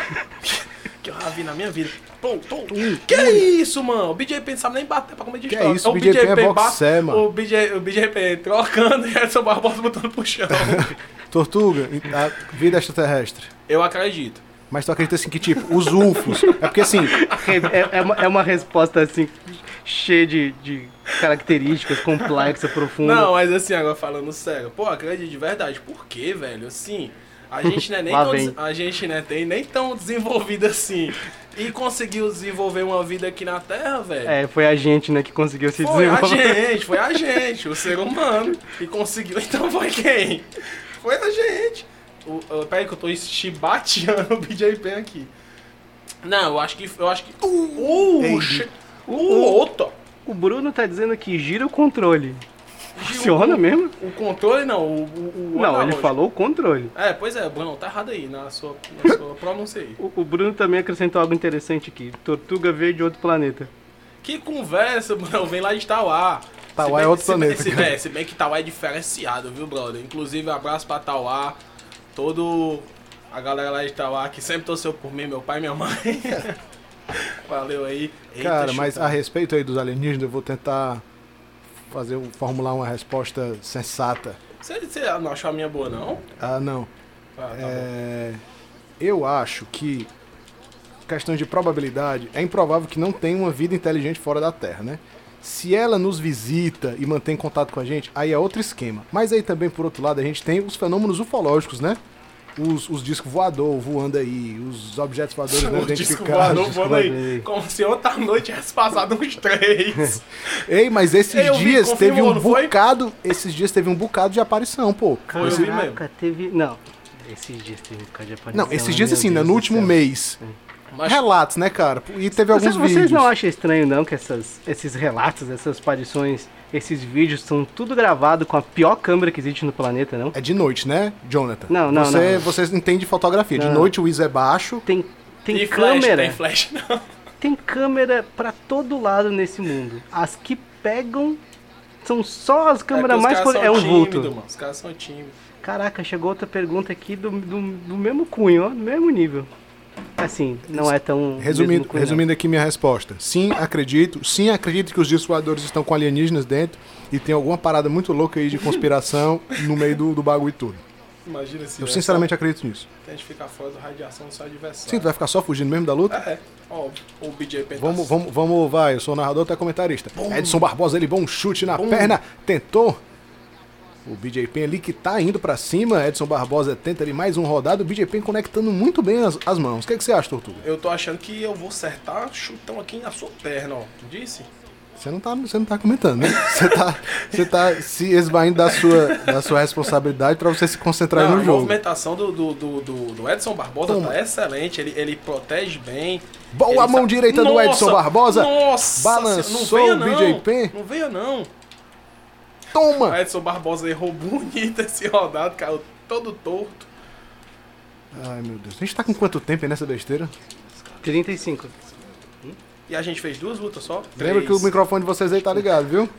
que eu já vi na minha vida. Pô, pô, que isso, mano? O B J P não sabe nem bater pra comer de Que história. é isso, o B J P é bate- boxer, mano. O B J, o B J P trocando e Edson Barbosa botando pro chão. Tortuga, a vida extraterrestre. Eu acredito. Mas tu acredita assim que, tipo, os U F Os... É porque assim, É, é uma, é uma resposta assim, cheia de, de características, complexa, profunda. Não, mas assim, agora falando sério, pô, acredito de verdade. Por quê, velho? Assim, a gente não é nem Lá tão, vem. des- a gente não é tem nem tão desenvolvido assim. E conseguiu desenvolver uma vida aqui na Terra, velho. É, foi a gente, né, que conseguiu se Foi a desenvolver. gente, foi a gente, o ser humano. E conseguiu, então foi quem? Foi a gente. O, o, peraí que eu tô chibateando o B J P aqui. Não, eu acho que. Eu acho que. Uh, Ei, uh, che- uh, outra. O Bruno tá dizendo que gira o controle. Funciona mesmo? O controle não, o. o, o Não, ele analógico. falou o controle. É, pois é, Bruno, tá errado aí na sua, na sua pronúncia aí. O, o Bruno também acrescentou algo interessante aqui. Tortuga veio de outro planeta. Que conversa, Bruno, vem lá de Tauá. Tauá Se bem- é outro se bem- planeta, Se, cara. bem, se bem que Tauá é diferenciado, viu, brother? Inclusive, abraço pra Tauá, todo a galera lá de Tauá que sempre torceu por mim, meu pai e minha mãe. Valeu aí. Eita, cara, mas chupa. a respeito aí dos alienígenas, eu vou tentar fazer, um- formular uma resposta sensata. Você, você não achou a minha boa, não? Ah, não. Ah, tá bom. É, eu acho que, questão de probabilidade, é improvável que não tenha uma vida inteligente fora da Terra, né? Se ela nos visita e mantém contato com a gente, aí é outro esquema. Mas aí também, por outro lado, a gente tem os fenômenos ufológicos, né? os, os discos voador voando aí, os objetos voadores não O disco identificados. voador voando aí. Como se outra noite tivesse passado uns três. Ei, mas esses Eu vi, dias teve confirmou, um não foi? bocado, esses dias teve um bocado de aparição, pô. Foi, eu vi mesmo. Caraca, teve... Não, esses dias teve um bocado de aparição. Não, esses dias meu assim, né, Deus no do último céu. mês. Mas Relatos, né, cara? E teve alguns Vocês, vocês vídeos. não acham estranho, não, que essas, esses relatos, essas aparições, esses vídeos são tudo gravado com a pior câmera que existe no planeta, não? É de noite, né, Jonathan? Não, não, você, não. Você entende de fotografia. De Não. noite o I S O é baixo. Tem, tem tem flash, câmera, tem flash não. tem câmera pra todo lado nesse mundo. As que pegam são só as câmeras é que os mais... caras po- são É um tímidos, vulto. mano. Os caras são tímidos. Caraca, chegou outra pergunta aqui do, do, do mesmo cunho, ó, do mesmo nível. Assim, não é tão... Resumindo, mesmo cunho, não. resumindo aqui minha resposta. Sim, acredito. Sim, acredito que os discos voadores estão com alienígenas dentro e tem alguma parada muito louca aí de conspiração no meio do, do bagulho todo. Imagina se Eu sinceramente acredito nisso. a gente ficar fora da radiação do seu adversário. Sim, tu vai ficar só fugindo mesmo da luta? É, óbvio. O B J Penn Vamos, vamos, vamos, vai. Eu sou narrador, tu é comentarista. Edson Barbosa, ele bom chute na perna, tentou. O B J Penn ali que tá indo pra cima. Edson Barbosa tenta ali mais um rodado. O B J Penn conectando muito bem as, as mãos. O que, é que você acha, Tortuga? Eu tô achando que eu vou acertar chutão aqui na sua perna, ó. Tu disse? Você não tá, você não tá comentando, né? Você tá, você tá se esvaindo da sua, da sua responsabilidade pra você se concentrar Não, no a jogo. movimentação do, do, do, do- do Edson Barbosa Toma. tá excelente. Ele, ele protege bem. Boa Ele mão sa- direita do Nossa, Edson Barbosa. Nossa! Balançou não venha, o B J não. Penn. Não venha, não. Toma! O Edson Barbosa errou bonito esse rodado, caiu todo torto. Ai, meu Deus. A gente tá com quanto tempo aí nessa besteira? trinta e cinco. E a gente fez duas lutas só? Lembra Três. que o microfone de vocês aí tá ligado, viu?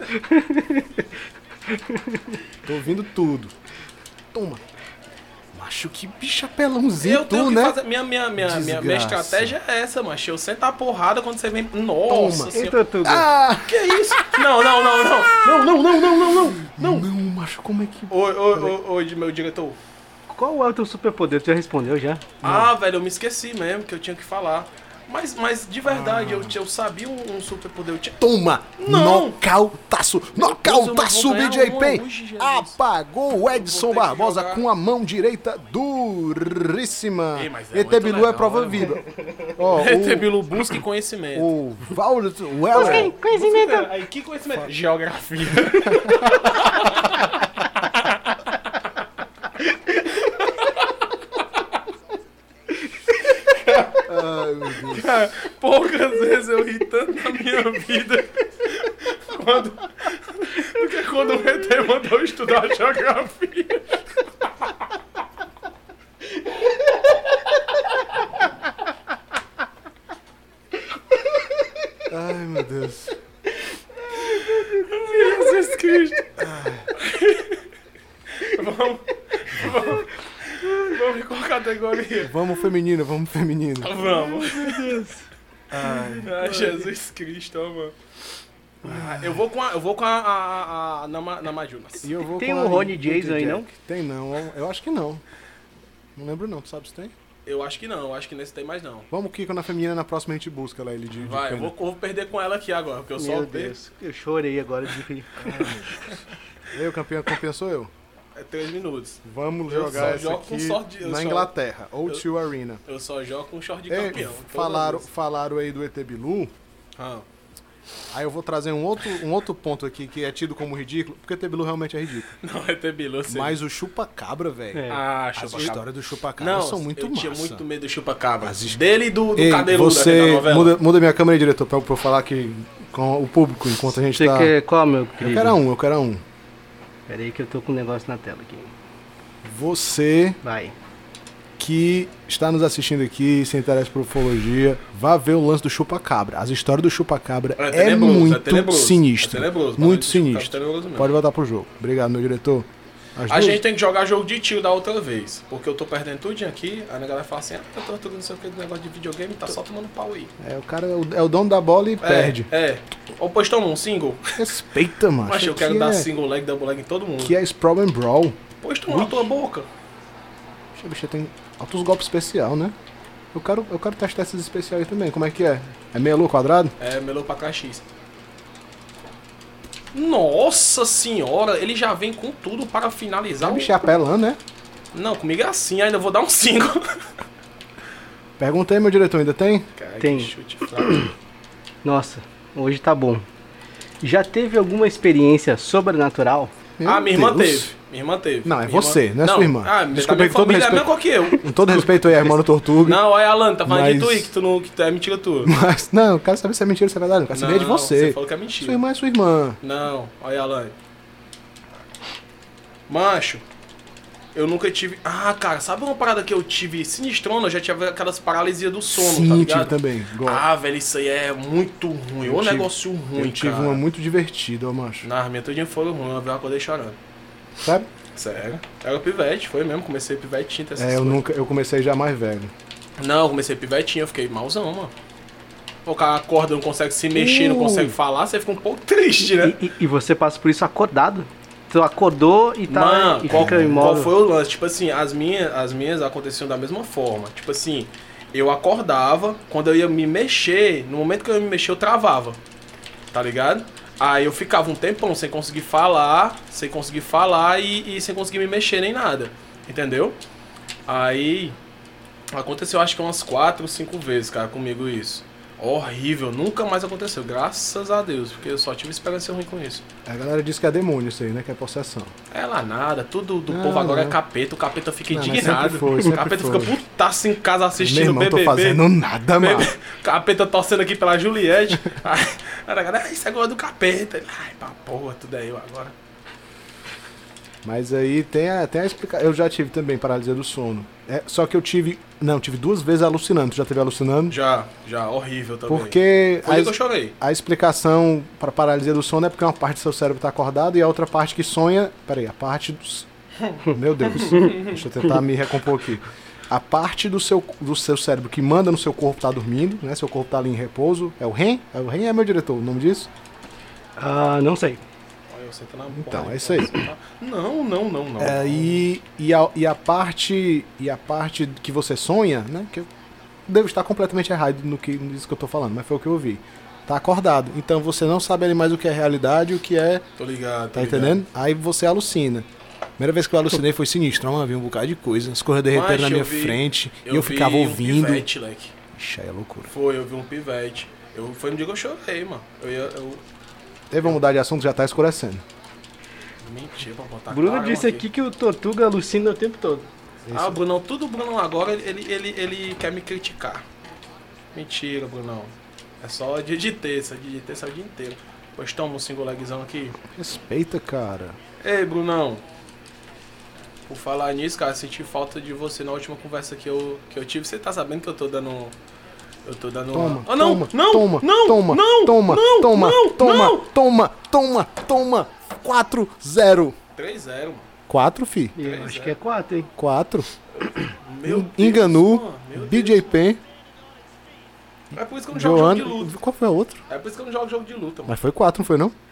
Tô ouvindo tudo. Toma. Macho, que bicho apelãozinho Eu tenho tu, que né? fazer. Minha, minha, minha, minha, minha Desgraça. estratégia é essa, macho. Eu sento a porrada quando você vem. Nossa Toma. senhora. Então tudo. Ah! Que isso? Não, não, não, não. Não, não, não, não, não, não. Não, não, macho, como é que... Oi, oi, oi, oi, meu diretor. Qual é o teu superpoder? Tu já respondeu já? Ah, velho, eu me esqueci mesmo que eu tinha que falar. Mas, mas de verdade, eu, eu sabia um, um superpoder. Eu tinha... Toma! Não. Nocautaço! Deus, Nocautaço, eu não vou B J ganhar Penn! uma hoje, Jesus. Apagou o Edson Vou ter que Barbosa jogar. com a mão direita duríssima. Ei, mas é E T muito Bilu é legal, prova né, viva. Ó, Retebilu, busque conhecimento. o, o Valdo Weller. Conhecimento. Aí, que conhecimento? Geografia. Ai, meu Deus. Cara, poucas vezes eu ri tanto na minha vida quando, do que quando o E T mandou estudar geografia. Ai, meu Deus. Jesus Cristo. Vamos, vamos, vamos em qual categoria? Vamos feminino, vamos feminino. Vamos. Ai, Ai, Jesus Cristo, ó, mano. Ah, eu vou com a, eu vou com a, a, a, a Nama, Namajunas. e eu vou Tem com o a Ronnie Jack. Jason aí, não? Tem não, eu acho que não. Não lembro não, tu sabe se tem? Eu acho que não, eu acho que nesse tem mais não. Vamos Kiko na feminina, na próxima a gente busca lá ele de, de Vai, eu cana. vou, eu vou perder com ela aqui agora, porque eu só Meu perco. Deus, eu chorei agora de rir. Eu, campeão, compensou eu. É três minutos. Vamos Eu jogar só essa jogo com aqui sorte de- eu na só- Inglaterra, O eu- dois Arena. Eu só jogo com short de Ei, campeão. todas falaram, as vezes. falaram aí do E T Bilu. Ah, Aí eu vou trazer um outro, um outro ponto aqui que é tido como ridículo, porque o E T Bilu realmente é ridículo. não, é ter Bilu, sim. Mas o chupa-cabra, velho. É. Ah, As chupa-cabra. histórias do chupa-cabra Não, são muito eu massa. tinha muito medo do chupa-cabra. As his- Dele e do, do Ei, cadeludo você daquela novela. muda, muda minha câmera aí, diretor, pra, pra eu falar aqui com o público enquanto a gente Você tá... quer qual, meu Eu querido? quero um, eu quero um. Pera aí que eu tô com um negócio na tela aqui. Você Vai. que está nos assistindo aqui, se interessa por ufologia, vá ver o lance do chupa-cabra. As histórias do chupa-cabra É é, tenebroso, é muito tenebroso, sinistro. é tenebroso, muito mas o sinistro. chupa-cabra é tenebroso mesmo. Pode voltar pro jogo. Obrigado, meu diretor. As A duas- gente tem que jogar jogo de tiro da outra vez. Porque eu tô perdendo tudinho aqui. Aí a galera fala assim: ah, eu tô tudo não sei o que do negócio de videogame, tá só tomando pau aí. É, o cara é o, é o dono da bola e perde. É, é. Ou pois toma um single. Respeita, mano. Mas eu quero que dar é, single leg, double leg em todo mundo. Que é Sprawl and Brawl. Pois toma na tua boca. Poxa, bicho, tem altos golpes especial, né? Eu quero, eu quero testar esses especiais também. Como é que é? É meia lua quadrado? É, melou pra cá X. Nossa senhora, ele já vem com tudo para finalizar O o... bicho é apelando, né? Não, comigo é assim, ainda vou dar um cinco. Pergunta aí, meu diretor, ainda tem? Cara, Tem. que chute fraco. Nossa, hoje tá bom. Já teve alguma experiência sobrenatural? Meu Ah, minha irmã Deus. teve. Minha irmã teve. Não, é Minha você, irmã... não é sua irmã. Ah, Desculpa minha aí, com todo família é a respeito. mesma que eu. Com todo respeito aí, a irmã do Tortuga. Não, olha, Alan, tá falando de Mas- tu aí, que tu, não, que tu é mentira tua. Mas, não, eu quero saber se é mentira ou se é verdade. Eu quero saber de Não, você. Você falou que é Sua mentira. irmã é sua irmã. Não, olha, Alan. Macho, eu nunca tive... Ah, cara, sabe uma parada que eu tive sinistrona? Eu já tive aquelas paralisias do sono, Sim, tá tive ligado? também. Gosto. Ah, velho, isso aí é muito ruim. Eu Ô tive- negócio ruim, eu tive cara. uma muito divertida, ó, macho. Na minha tudinha foram ruim, uma vez eu acordei chorando. Sabe? Sério. Era pivete, foi mesmo. Comecei pivetinho, essas É, eu coisas. nunca, eu comecei já mais velho. Não, eu comecei pivetinho, eu fiquei malzão, mano. O cara acorda, não consegue se mexer, não Uh. consegue falar, você fica um pouco triste, né? E, e- e você passa por isso acordado? Tu acordou e tá Mano, e qual, fica qual imóvel. foi o lance? Tipo assim, as minhas, as minhas aconteciam da mesma forma. Tipo assim, eu acordava, quando eu ia me mexer, no momento que eu ia me mexer, eu travava. Tá ligado? Aí eu ficava um tempão sem conseguir falar, sem conseguir falar e, e sem conseguir me mexer nem nada. Entendeu? Aí aconteceu acho que umas quatro, cinco vezes, cara, comigo isso. Horrível, nunca mais aconteceu, graças a Deus, porque eu só tive experiência ruim com isso. A galera diz que é demônio isso aí, né? Que é possessão. É lá nada, tudo do Não, povo agora não. é capeta, o capeta fica Não, mas indignado. sempre foi, o sempre capeta foi. fica putaço em casa Meu assistindo irmão, B tô B B. fazendo nada, mano. Bebê- Capeta torcendo aqui pela Juliette. Aí a galera, ah, isso é agora do capeta. Ele, ai, pra porra, tudo é eu agora. Mas aí tem a, tem a explicação. Eu já tive também paralisia do sono. É, só que eu tive. Não, tive duas vezes alucinando. Tu já teve alucinando? Já, já, horrível também. Porque Foi a, aí que eu chorei. a explicação para paralisia do sono é porque uma parte do seu cérebro tá acordada e a outra parte que sonha. Peraí, a parte dos. Meu Deus. Deixa eu tentar me recompor aqui. A parte do seu, do seu cérebro que manda no seu corpo tá dormindo, né? Seu corpo tá ali em repouso. É o R E M? É o R E M é meu diretor, o nome disso? Ah, não sei. Olha, eu sento na Então, porra, é isso aí. Não, não, não, não. É, e, e, a, e a parte e a parte que você sonha, né? Que eu devo estar completamente errado no que nisso que eu tô falando, mas foi o que eu vi. Tá acordado. Então você não sabe ali mais o que é realidade e o que é. Tô ligado, tô Tá ligado. entendendo? Aí você alucina. Primeira vez que eu alucinei foi sinistro, mano. Vi um bocado de coisa. As coisas derreteram Mas na eu minha vi- frente e Eu eu ficava vi ouvindo. Um pivete, leque. Ixi, aí é loucura. Foi, eu vi um pivete. Eu, foi no dia que eu chorei, mano. Eu ia. Eu... Aí vamos mudar de assunto, já tá escurecendo. Mentira, pra botar Bruno clarão disse aqui que o Tortuga alucina o tempo todo. Ah, o Brunão, tudo o Brunão agora, ele, ele, ele quer me criticar. Mentira, Brunão. É só dia de terça, dia de terça é o dia inteiro. Pois toma um single legzão aqui. Respeita, cara. Ei, Brunão. Por falar nisso, cara, senti falta de você na última conversa que eu, que eu tive. Você tá sabendo que eu tô dando... Eu tô dando... Toma, Ah, não, toma, não, toma, não, toma, não, toma, não, toma, não, toma, não. toma, toma, toma, quatro zero. três a zero, mano. quatro, fi. Eu Três, acho é. que é quatro, hein? quatro. Meu Deus, Enganu, mano, meu B J Deus. Pen, É por isso que eu não jogo jogo de Joana. luta. Qual foi a outra? É por isso que eu não jogo jogo de luta, mano. Mas foi quatro, não foi não?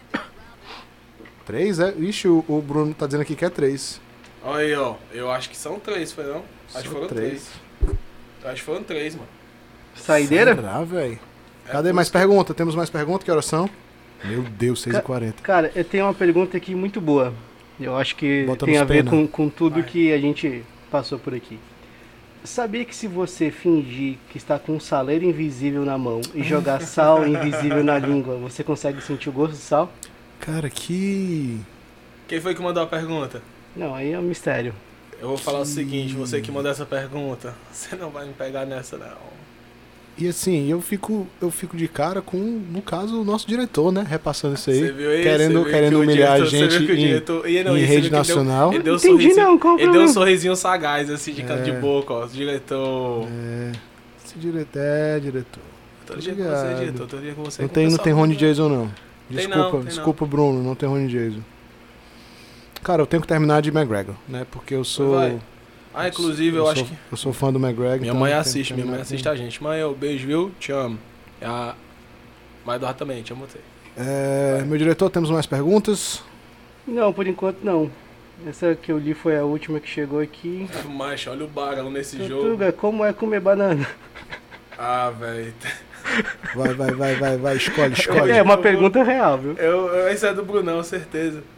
Três, é? Ixi, o, o Bruno tá dizendo aqui que é três. Olha aí, ó. Eu acho que são três, foi não? Acho que Só foram três. Eu acho que foram três, mano. Saideira? Será, velho? É Cadê por mais isso que- pergunta? Temos mais pergunta? Que horas são? Meu Deus, seis e quarenta. Cara, eu tenho uma pergunta aqui muito boa. Eu acho que Bota tem nos a ver pena. com, com tudo Vai. que a gente passou por aqui. Sabia que se você fingir que está com um saleiro invisível na mão e jogar sal invisível na língua, você consegue sentir o gosto do sal? Cara, que... Quem foi que mandou a pergunta? Não, aí é um mistério. Eu vou falar o seguinte, você que mandou essa pergunta, você não vai me pegar nessa, não. E assim, eu fico, eu fico de cara com, no caso, o nosso diretor, né? Repassando isso aí. Você viu aí? Querendo, Você viu querendo que o humilhar diretor- a você gente viu que o em, diretor- e não, em e você rede viu que ele deu- nacional. Ele deu um Entendi sorrisinho, não, qual o ele deu um problema? sorrisinho sagaz, assim, de canto É. de boca, ó. Diretor. É, esse diretor, é, diretor. Todo dia com ligado. você, diretor. Todo dia com você. Não com tem, o não tem pessoal, Rony né? Jason, não. Tem Desculpa, não, tem desculpa, Bruno, não tem Rony Jason. Cara, eu tenho que terminar de McGregor, né? Porque eu sou... Vai. Ah, inclusive, eu, eu acho sou, que... eu sou fã do McGregor. Minha então mãe eu tenho assiste, que minha mãe terminar assiste a gente. Mãe, eu beijo, viu? Te amo. É a... Mãe do Rato também, te amo você. É, meu diretor, temos mais perguntas? Não, por enquanto não. Essa que eu li foi a última que chegou aqui. Macho, olha o bágalo nesse jogo. Tortuga, como é comer banana? Ah, velho. Vai, vai, vai, vai, vai, escolhe, escolhe. É uma pergunta real, viu? Eu, eu, esse é do Brunão, certeza.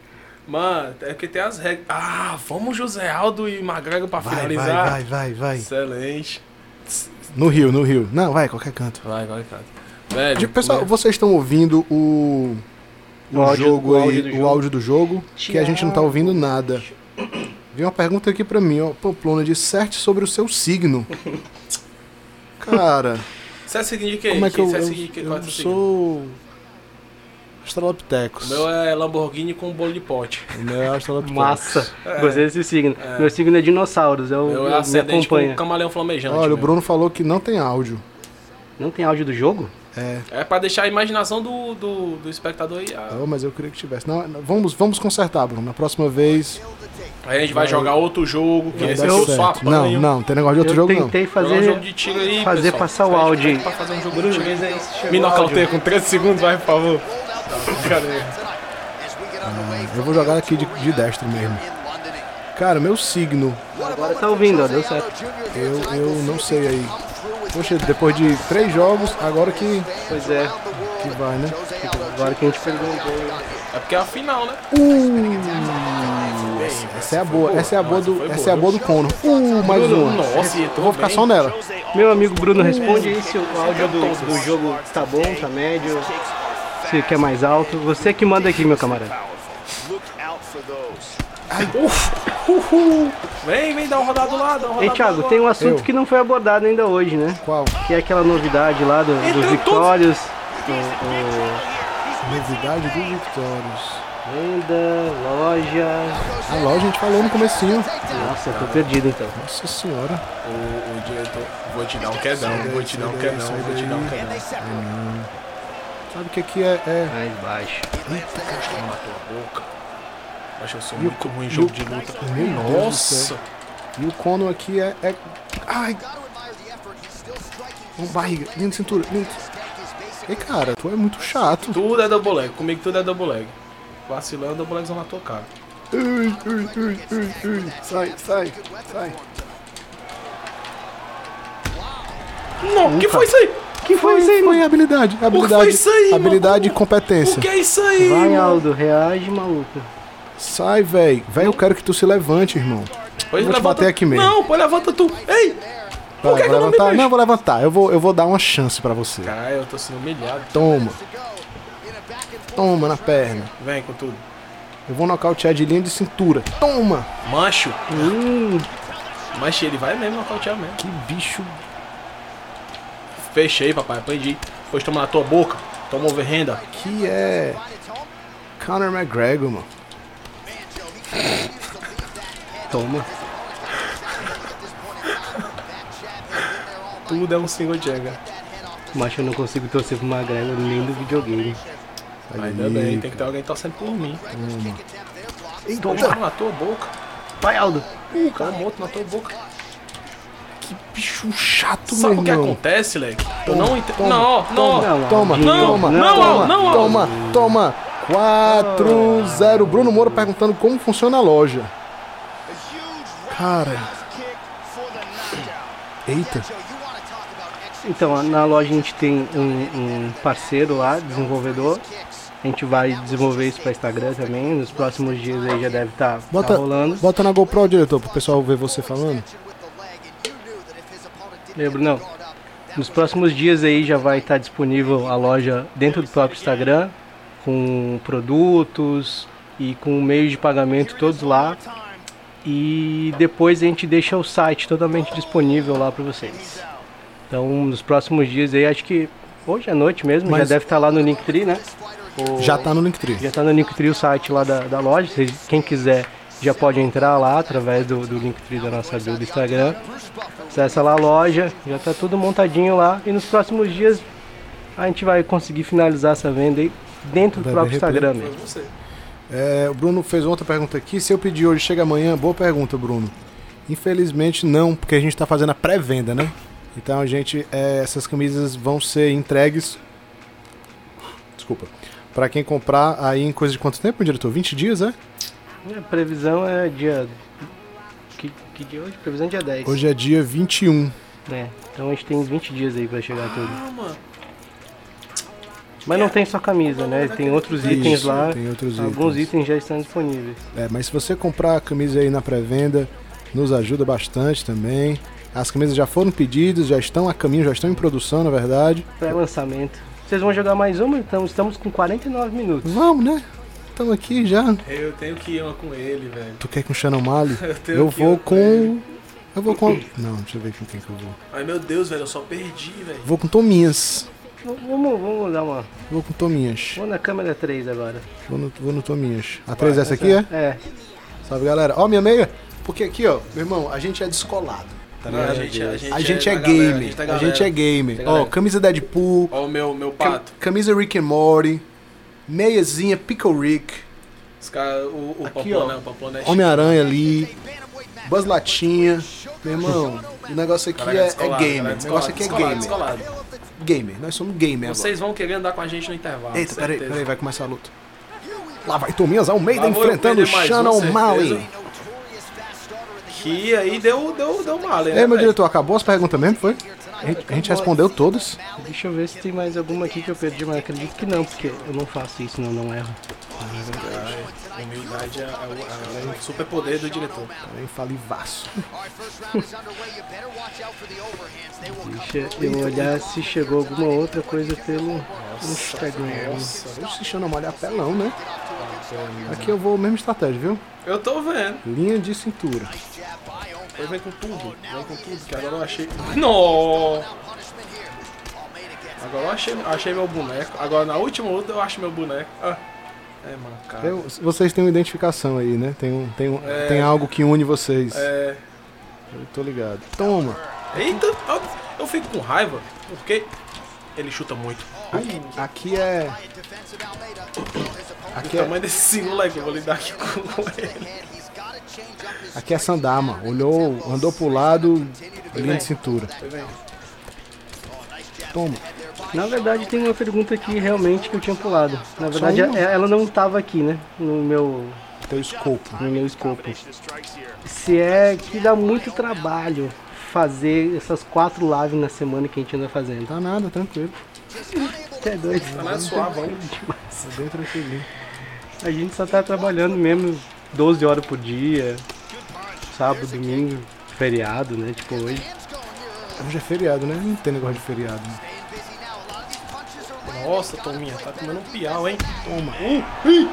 Mano, é que tem as regras. Ah, vamos José Aldo e McGregor pra Vai, finalizar. vai, vai, vai, vai. Excelente. No Rio, no Rio. Não, vai, qualquer canto. Vai, vai, cara. Velho, De- Pessoal, como é- vocês estão ouvindo o, o, O áudio- jogo o aí, áudio do o jogo. áudio do jogo, que a gente não tá ouvindo nada. Vem uma pergunta aqui pra mim, ó. Pamplona, disserte sobre o seu signo. Cara, Você é seguinte de quê? como é que eu, Você é eu, seguinte de quê? Qual é eu o seu signo? sou... O Australopithecus. meu é Lamborghini com bolo de pote. O meu é Australopithecus. Massa. É. Gostei desse signo. É. Meu signo é dinossauros, é o Meu é me ascendente com acompanha. camaleão flamejante. Olha, o velho. Bruno falou que não tem áudio. Não tem áudio do jogo? É, É pra deixar a imaginação do, do, do espectador aí. ah. oh, mas eu queria que tivesse. Não, não, vamos, vamos consertar, Bruno. Na próxima vez Aí a gente vai, Vai- jogar outro jogo, que vai esse dar aqui eu certo. só Não, apanho. não, tem negócio de outro Eu jogo não. tentei Jogar um fazer, jogo de tiro aí, fazer pessoal. passar o Pede- áudio aí. pede Pra fazer um jogo Bruno, de tiro. vê aí se chegou Me o áudio. nocauteia com treze segundos, vai, por favor. Cadê? Eu vou jogar aqui de, de destro mesmo. Cara, meu signo, Agora tá ouvindo, ó, deu certo. eu, eu não sei aí. Poxa, depois de três jogos, agora que, Pois é, que vai, né? agora que a gente perguntou. É porque é a final, né? Essa é a boa, essa é a boa do, Foi essa é a boa. boa do Conor. Uh, mais uma. Nossa, e Eu vou ficar só nela. Meu amigo Bruno, responde aí se o áudio do, do jogo tá bom, tá médio, se quer mais alto. Você que manda aqui, meu camarada. Vem, vem, dá uma rodada do lado. Dá uma Ei, rodada Thiago, do tem um lado. assunto Eu. que não foi abordado ainda hoje, né? Qual? Que é aquela novidade lá do, Entre dos todos- Victórios. O, o Novidade do Victórios. venda, loja. A loja a gente falou no comecinho. Nossa, eu tô perdido então. Nossa senhora. O, o diretor, vou te dar um quedão, vou te dar um Sai daí, quedão, sai vou te dar um daí. quedão. Sabe o que aqui é? é... Mais baixo. Eita, na tua boca. Acho que eu sou E o muito co- ruim em e jogo o- de luta. Meu Deus do Nossa! céu. E o Conor aqui é. é... Ai! Um barriga, linha de cintura, linha de... Ei, cara, tu é muito chato. Tudo é double leg, comigo tudo é double leg. Vacilando, double legzão na tua cara. Ui, ui, ui, ui, ui. Sai, sai, sai. Não, o que foi isso aí? Que foi isso aí, Foi mano? habilidade, foi habilidade, isso aí, mano? habilidade e O competência. que é isso aí? Vai, mano? Aldo, reage, maluco. Sai, véi. Véi, eu quero que tu se levante, irmão. Pois vou te levanta- bater aqui mesmo. Não, pô, levanta tu. Ei! Por Vai, que, que vou eu não me levantar? mexo? Não, eu vou levantar. Eu vou, eu vou dar uma chance pra você. Cara, eu tô sendo humilhado. Toma. Toma na perna. Vem com tudo. Eu vou nocautear de linha de cintura. Toma. Mancho. Hum, Mancho, ele vai mesmo nocautear mesmo. Que bicho. Fechei, papai, aprendi. Depois toma na tua boca. Toma overhand. Que é... Conor McGregor, mano. toma. Tudo é um single jagger. Mas eu não consigo torcer pro McGregor nem do videogame. Ainda bem, tem que ter alguém torcendo por mim. Eita. Toma na tua boca. Vai, Aldo. Uh, cara, um outro na tua boca. Que bicho chato, Sabe meu o que irmão. acontece, Leque? Eu Toma, não entendo. toma, Não, não. Toma, toma, Não, toma, não, toma, não, não. toma, toma. quatro zero. Bruno Moura perguntando como funciona a loja. Cara. Eita. Então, na loja a gente tem um, um parceiro lá, desenvolvedor. A gente vai desenvolver isso para Instagram também. Nos próximos dias aí já deve estar tá, Bota, tá rolando. bota na GoPro, diretor, pro pessoal ver você falando. Lembro, não. Nos próximos dias aí já vai estar disponível a loja dentro do próprio Instagram, com produtos e com meios de pagamento todos lá. E depois a gente deixa o site totalmente disponível lá para vocês. Então, nos próximos dias aí, acho que hoje à noite mesmo, Mas- já deve estar lá no Linktree, né? O- Já tá no Linktree. Já tá no Linktree o site lá da, da loja. Vocês- quem quiser já pode entrar lá através do, do Linktree da nossa bio do Instagram. Acessa lá a loja, já tá tudo montadinho lá. E nos próximos dias a gente vai conseguir finalizar essa venda aí dentro do Vai próprio ver replay. Instagram mesmo. Você. É, o Bruno fez outra pergunta aqui. Se eu pedir hoje, chega amanhã? Boa pergunta, Bruno. Infelizmente não, porque a gente tá fazendo a pré-venda, né? Então a gente, é, essas camisas vão ser entregues. Desculpa. Pra quem comprar aí em coisa de quanto tempo, diretor? vinte dias, é? A previsão é dia. Que, que dia é hoje? Previsão é dia dez. Hoje é dia vinte e um. É, então a gente tem vinte dias aí pra chegar tudo. Ah, mano. Mas não tem só camisa, né? Tem outros itens Isso, lá. tem outros Alguns itens. itens já estão disponíveis. É, mas se você comprar a camisa aí na pré-venda, nos ajuda bastante também. As camisas já foram pedidas, já estão a caminho, já estão em produção, na verdade. Pré-lançamento. Vocês vão jogar mais uma? Então estamos com quarenta e nove minutos. Vamos, né? Estamos aqui já. Eu tenho que ir uma com ele, velho. Tu quer com o Shannon Mali? Eu tenho Eu que ir vou uma com... Eu vou com... Não, deixa eu ver com quem que eu vou. Ai, meu Deus, velho, eu só perdi, velho. Vou com Tominhas. V- Vamos, vamos dar uma... Vou com Tominhas. Vou na câmera três agora. Vou no, vou no Tominhas. A três essa aqui, é? É. Salve, galera. Ó, minha meia. Porque aqui, ó, meu irmão, a gente é descolado. Tá Não, ligado? a gente, a gente, A gente é da galera, gamer. a gente, da A galera. gente é gamer. Da Ó, galera. camisa Deadpool. Ó o meu, meu cam- pato. Camisa Rick and Morty. Meiazinha Pickle Rick. Os caras, o, o Aqui, Pamplona, ó. o Pamplona é Homem-Aranha ali. Buzz Latinha. Meu irmão, o negócio aqui Galera é, é descolada, gamer. galera O negócio aqui é descolada, gamer. descolada. Gamer. Nós somos gamer agora. Vocês vão querer andar com a gente no intervalo. Eita, peraí, certeza. peraí, vai começar a luta. Lá vai Tominhas Almeida Lá vou eu enfrentando perder mais um, Shannon certeza. Mali. Que aí deu, deu, deu mal, né? Ei, meu velho? diretor, acabou as perguntas mesmo, foi? A gente, a gente respondeu todas. Deixa eu ver se tem mais alguma aqui que eu perdi, mas acredito que não, porque eu não faço isso, não, não erro. A humildade é, é o, é o superpoder do diretor. Também falei vaço. Deixa eu olhar se chegou alguma outra coisa pelo Instagram. Nossa. Oxe, Shannon Mali é apelão, né? Aqui eu vou mesma estratégia, viu? Eu tô vendo. Linha de cintura. Eu venho com tudo. Vem com tudo, que agora eu achei. Não! Agora eu achei, achei meu boneco. Agora na última luta eu acho meu boneco. Ah, é mancado. Eu- vocês têm uma identificação aí, né? Tem, um, tem, um, É. tem algo que une vocês. É. Eu tô ligado. Toma. Eita, eu, eu fico com raiva, porque ele chuta muito. Aqui, aqui é. Aqui O é, tamanho desse moleque, eu vou lidar aqui com, com ele. aqui é Sandama. Olhou, andou pro lado, linha de cintura. Tá vendo? Toma. Na verdade tem uma pergunta aqui realmente que eu tinha pulado. Na verdade uma? é- ela não estava aqui, né? No meu, Teu escopo. no meu escopo. Se é que dá muito trabalho fazer essas quatro lives na semana que a gente anda fazendo. Tá nada, tranquilo. Você é doido. Tá mais suavão. Tá bem tranquilinho. A gente só tá trabalhando mesmo doze horas por dia. Sábado, domingo, feriado, né? Tipo hoje. Hoje é feriado, né? Não tem negócio de feriado. Né? Nossa, Tominha, tá comendo um piau, hein? Toma. Uh,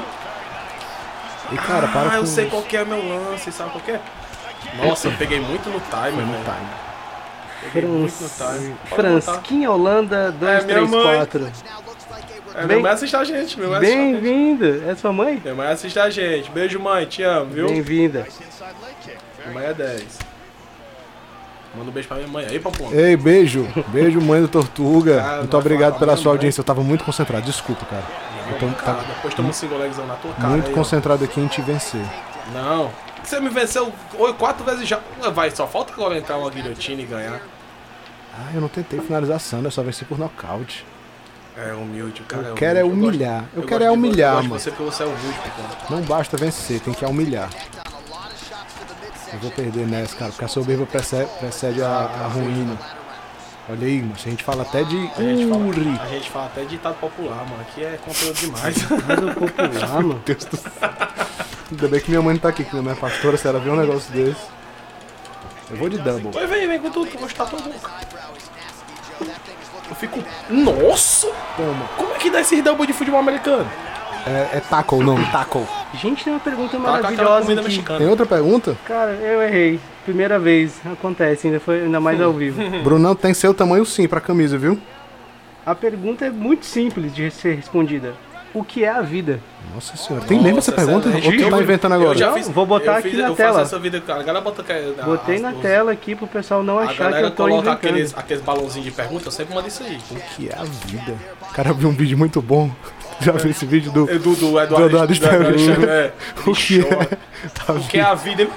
E cara, para ah, com eu sei isso. qual que é o meu lance, sabe qual que é? Nossa, eu peguei muito no time, Foi no velho. time. Peguei muito no time. Pode botar. Fransquinha Holanda dois É, minha três mãe. quatro. É, Bem- minha mãe assiste a gente, minha mãe assiste a gente. Bem-vinda. É sua mãe? Minha mãe assiste a gente. Beijo, mãe, te amo, viu? Bem-vinda. Minha mãe é dez. Manda um beijo pra minha mãe aí, Pampona. Ei, beijo. Beijo, mãe do Tortuga. Cara, muito não obrigado fala pela mesmo, sua né? audiência. Eu tava muito concentrado. Desculpa, cara. Eu tô Cara, tá depois toma um single legzão na tua cara. muito aí, ó. concentrado aqui em te vencer. Não. Você me venceu oi, quatro vezes já. Vai, só falta agora entrar uma guilhotina e ganhar. Ah, eu não tentei finalização, eu só venci por nocaute. É humilde, o cara Eu é quero é humilde. humilhar. Eu gosto quero é de você- humilhar, eu gosto de mano. você porque você é humilde, Pampona. Não basta vencer, tem que humilhar. Eu vou perder nessa, cara, porque a soberba precede, precede a, a ruína. Olha aí, mano, a gente fala até de A gente, Uri. fala, a gente fala até ditado popular, mano. Aqui é conteúdo demais. Mas o popular, mano. Deus do céu. Ainda bem que minha mãe não tá aqui, que minha mãe é pastora, se ela ver um negócio desse. Eu vou de double. Oi, vem, vem com tudo, que eu vou chutar tua boca. Eu fico. Nossa! Toma. Como é que dá esse double de futebol americano? É, é tackle o nome, tackle. Gente, tem uma pergunta Tá com aquela maravilhosa comida aqui. mexicana. Tem outra pergunta? Cara, eu errei. Primeira vez. Acontece, ainda foi ainda mais ao vivo. Brunão tem seu tamanho sim pra camisa, viu? A pergunta é muito simples de ser respondida. O que é a vida? Nossa senhora. Tem mesmo essa Nossa, pergunta? essa- Ou tu tá eu- inventando eu agora? já Não, fiz- vou botar eu aqui fiz- na eu tela. faço essa vida, a galera bota que- Botei as- na os- tela aqui pro pessoal não A achar que galera eu tô coloca inventando. aqueles, aqueles balãozinhos de pergunta, eu sempre mando isso aí. O que é a vida? O cara viu um vídeo muito bom. Já viu esse vídeo do... É do, do Do Eduardo, Eduardo Stern. é. O que Show. é? Tá O que é a vida?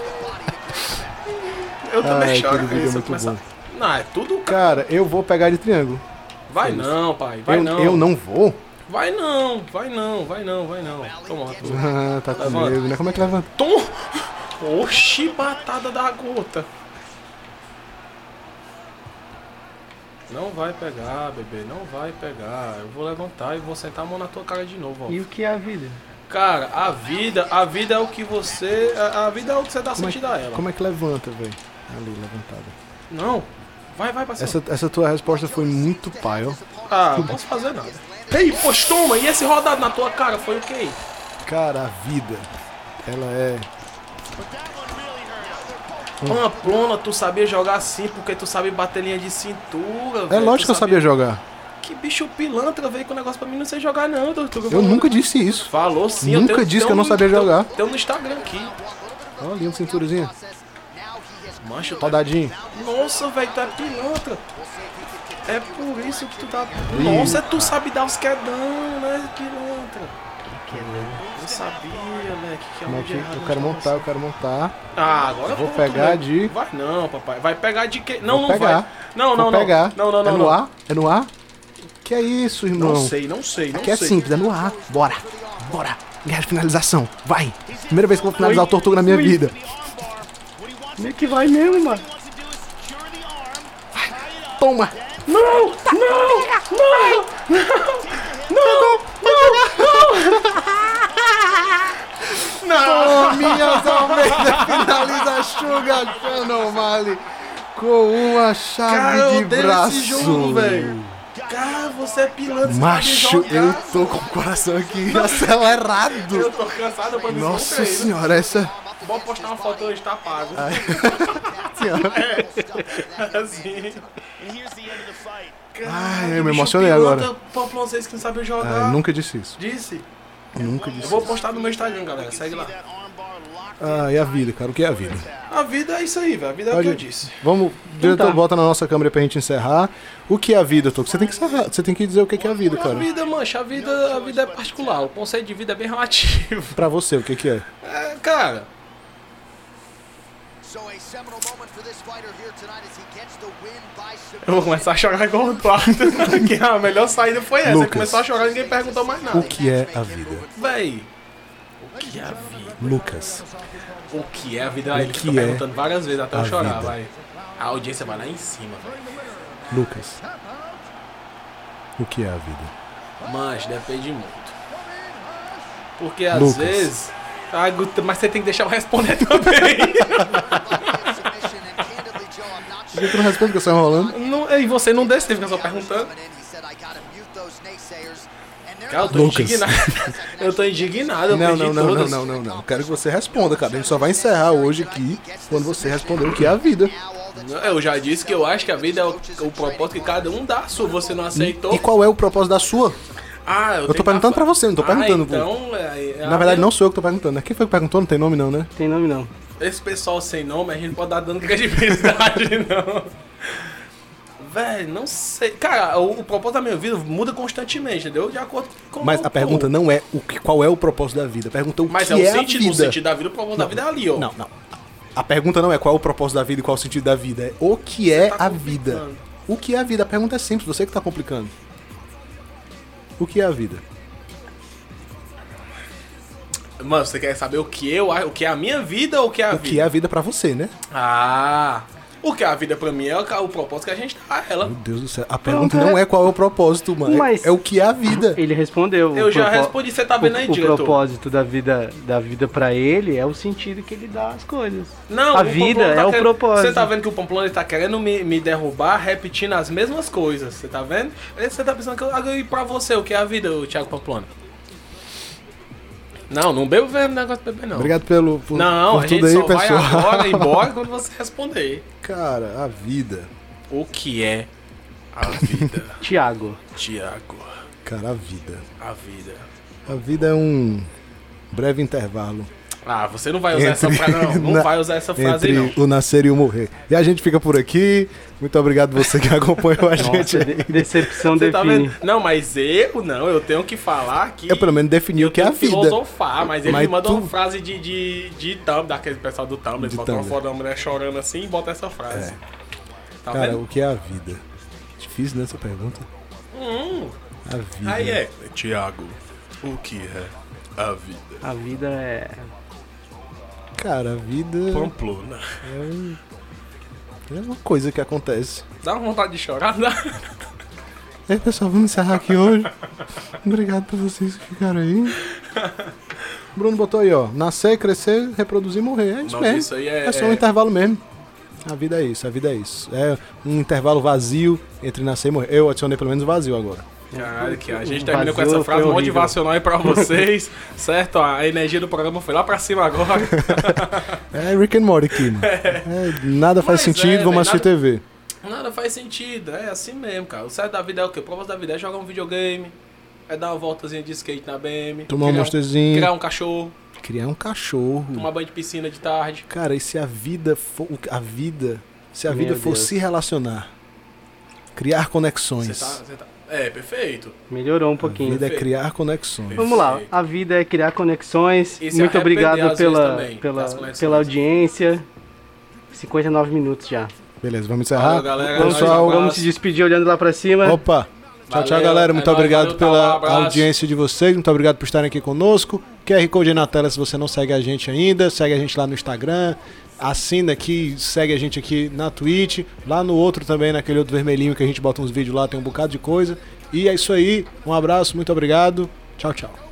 Eu também Ai, choro aquele com vídeo é isso. eu muito começo a- bom. Não, é tudo. Cara, eu vou pegar de triângulo. Vai não, pai. Vai eu, não. eu não vou? Vai não, vai não, vai não, vai não. Toma, toma. Ah, tá com Levanta. medo, né? Como é que levanta? Toma. Oxi, batada da gota. Não vai pegar, bebê, não vai pegar. Eu vou levantar e vou sentar a mão na tua cara de novo, ó. E o que é a vida? Cara, a vida, a vida é o que você... A, a vida é o que você dá Como é, sentido a ela. como é que levanta, velho? Ali, levantada. Não, vai, vai, parceiro. Essa, essa tua resposta foi muito pai, ó. Ah, não posso fazer nada. Ei, poxa, toma, e esse rodado na tua cara foi o quê? Cara, a vida, ela é... Pamplona, tu sabia jogar assim porque tu sabe bater linha de cintura, É lógico que eu sabia jogar. Que bicho pilantra veio com o negócio pra mim não sei jogar não, doutor. Eu nunca disse isso. Falou sim. Nunca eu tenho, disse tenho que eu não no- sabia tenho- jogar. Tenho no Instagram aqui. Ó, linha de cinturazinha. Mancha, tá... Rodadinho. Nossa, velho, tu é pilantra. É por isso que tu tá... Nossa, tu sabe dar os quedão, né, pilantra. Eu sabia, né, que que é Como é onde que errado eu quero não montar, eu quero montar. Ah, agora Vou pronto, pegar né? de- Vai não, papai. Vai pegar de quê? Não, Vou não pegar. vai. Não, não, Vou não. pegar. Não, não, não. É no não. ar? É no ar? Que é isso, irmão? Não sei, não sei, não Aqui é sei. simples, é no ar. Bora. Bora. Guerra de finalização. Vai. Primeira vez que eu vou finalizar Oi. o Tortuga na minha Oi. vida. Meio que vai mesmo, mano. Toma. Não! Não! Não! Oh, minhas Almeida finaliza Sugar Canomali com uma chave Cara, eu de odeio braço. esse jogo, velho. Cara, você é pilantra, você Macho, sabe jogar. eu tô com o coração aqui acelerado. Eu tô cansado pra me Nossa senhora, essa... Vou postar uma foto hoje, tá pago. senhora. Assim. Ai, eu me emocionei agora. Pra vocês que não sabem Ah, jogar. eu nunca disse isso. Disse. Nunca Eu disse vou isso. postar no meu Instagram, galera. Segue lá. Ah, e a vida, cara? O que é a vida? A vida é isso aí, velho. A vida é o Pode- que eu disse. Vamos, diretor, tá. bota na nossa câmera pra gente encerrar. O que é a vida, Toco? Você tem que encerrar, você tem que dizer o que é a vida, A cara. vida, mancha, a vida, a vida é particular. O conceito de vida é bem relativo. Pra você, o que que é? É, cara, eu vou começar a chorar igual o Duarte. Que a melhor saída foi essa. Ele Lucas. começou a chorar e ninguém perguntou mais nada. O que é a vida? Véi, o que é a vida? Lucas. O que é a vida? Aí ele que fica é perguntando várias vezes até eu a chorar, vida? vai. A audiência vai lá em cima, vai. Lucas. O que é a vida? Mas depende muito. Porque às Lucas. vezes. Ah, Guto, mas você tem que deixar eu responder também. Por que tu não responde que eu estou enrolando? Não, e você não deixa, você fica só perguntando. Cara, eu tô Lucas. indignado. Eu tô indignado, eu Não, perdi não, não, não, todas. não, não, não. Quero que você responda, cara. A gente só vai encerrar hoje aqui quando você responder o que é a vida. Eu já disse que eu acho que a vida é o, o propósito que cada um dá. Se você não aceitou. E qual é o propósito da sua? Ah, eu, Eu tô perguntando pra você, não tô perguntando. Ah, então, é, é Na a verdade, minha- não sou eu que tô perguntando, né? Quem foi que perguntou? Não tem nome não, né? Tem nome não. Esse pessoal sem nome, a gente pode dar dando credibilidade, não. Velho, não sei. Cara, o, o propósito da minha vida muda constantemente, entendeu? De acordo com Mas o- a pergunta não é o que, qual é o propósito da vida. A pergunta é o Mas que é o é a sentido, o vida. sentido da vida, o propósito da vida é ali, ó. Não, não. A pergunta não é qual é o propósito da vida e qual é o sentido da vida. É o que é tá a vida. complicando. O que é a vida? A pergunta é simples, você que tá complicando. O que é a vida? Mano, você quer saber o que eu acho, o que é a minha vida ou o que é a O vida? que é a vida pra você, né? Ah, o que é a vida pra mim é o, o propósito que a gente dá a ela. Meu Deus do céu. A pergunta Pronto, não é. é qual é o propósito, mano. Mas- É o que é a vida. Ele respondeu. Eu o já propó- respondi, você tá vendo aí, o, o diretor? propósito da vida, da vida pra ele é o sentido que ele dá às coisas. Não, A o vida Pamplona tá é o querendo- propósito. Você tá vendo que o Pamplona ele tá querendo me, me derrubar, repetindo as mesmas coisas, você tá vendo? Aí Você tá pensando que eu, eu ir pra você, o que é a vida, o Thiago Pamplona? Não, não bebo mesmo negócio de beber, não. Obrigado pelo, por, Não, por a gente tudo aí, só pessoal. vai agora embora quando você responder. Cara, a vida. O que é a vida, Tiago. Thiago? Cara, a vida. A vida. A vida é um breve intervalo Ah, você não vai usar essa Entre- frase, não. Não na- vai usar essa frase aí, entre não. o nascer e o morrer. E a gente fica por aqui. Muito obrigado você que acompanhou a gente. Nossa, de- decepção Você tá define. vendo? Não, mas eu não, eu tenho que falar que. Eu pelo menos defini o que é a Eu tenho vida. filosofar, mas ele Mas me manda tu- uma frase de, de, de Tumblr, daquele pessoal do Tumblr, eles De botam uma Tumblr. foto da mulher chorando assim e bota essa frase. Tá Cara, vendo? o que é a vida? Difícil, né, essa pergunta? Hum, A vida. aí é. Tiago, o que é a vida? A vida é. Cara, a vida Pamplona. é um... É uma coisa que acontece. Dá uma vontade de chorar, dá? E aí, pessoal, vamos encerrar aqui hoje. Obrigado por vocês que ficaram aí. Bruno botou aí, ó. Nascer, crescer, reproduzir e morrer. É isso Não, mesmo. isso aí é, é só um é... intervalo mesmo. A vida é isso, a vida é isso. É um intervalo vazio entre nascer e morrer. Eu adicionei pelo menos vazio agora. Caralho, que a gente O termina com essa vazio frase foi horrível. motivacional aí pra vocês, certo? A energia do programa foi lá pra cima agora. É Rick and Morty aqui, mano. É, nada faz Mas sentido, é, vamos velho, assistir T V. Nada faz sentido, é assim mesmo, cara. O certo da vida é o quê? O propósito da vida é jogar um videogame, é dar uma voltazinha de skate na B M, Tomar um criar, monsterzinho. criar um cachorro, Criar um cachorro. tomar banho de piscina de tarde. Cara, e se a vida for. A vida. Se a Meu vida for Deus. se relacionar. Criar conexões. Você tá, você tá... É, perfeito. Melhorou um A pouquinho. vida é Perfeito. criar conexões. Vamos lá, a vida é criar conexões. E se Muito arrepender, obrigado às vezes, pela, também, pela, das conexões. pela audiência. cinquenta e nove minutos já. Beleza, vamos Valeu, encerrar. galera. Vamos, Nós, um Pessoal, abraço. vamos se despedir olhando lá pra cima. Opa! Tchau, tchau, Valeu, galera. é Muito nóis, obrigado valeu, pela tá, um abraço. audiência de vocês. Muito obrigado por estarem aqui conosco. Q R Code aí na tela se você não segue a gente ainda. Segue a gente lá no Instagram. Assina aqui, segue a gente aqui na Twitch. Lá no outro também, naquele outro vermelhinho que a gente bota uns vídeos lá, tem um bocado de coisa. E é isso aí. Um abraço, muito obrigado. Tchau, tchau.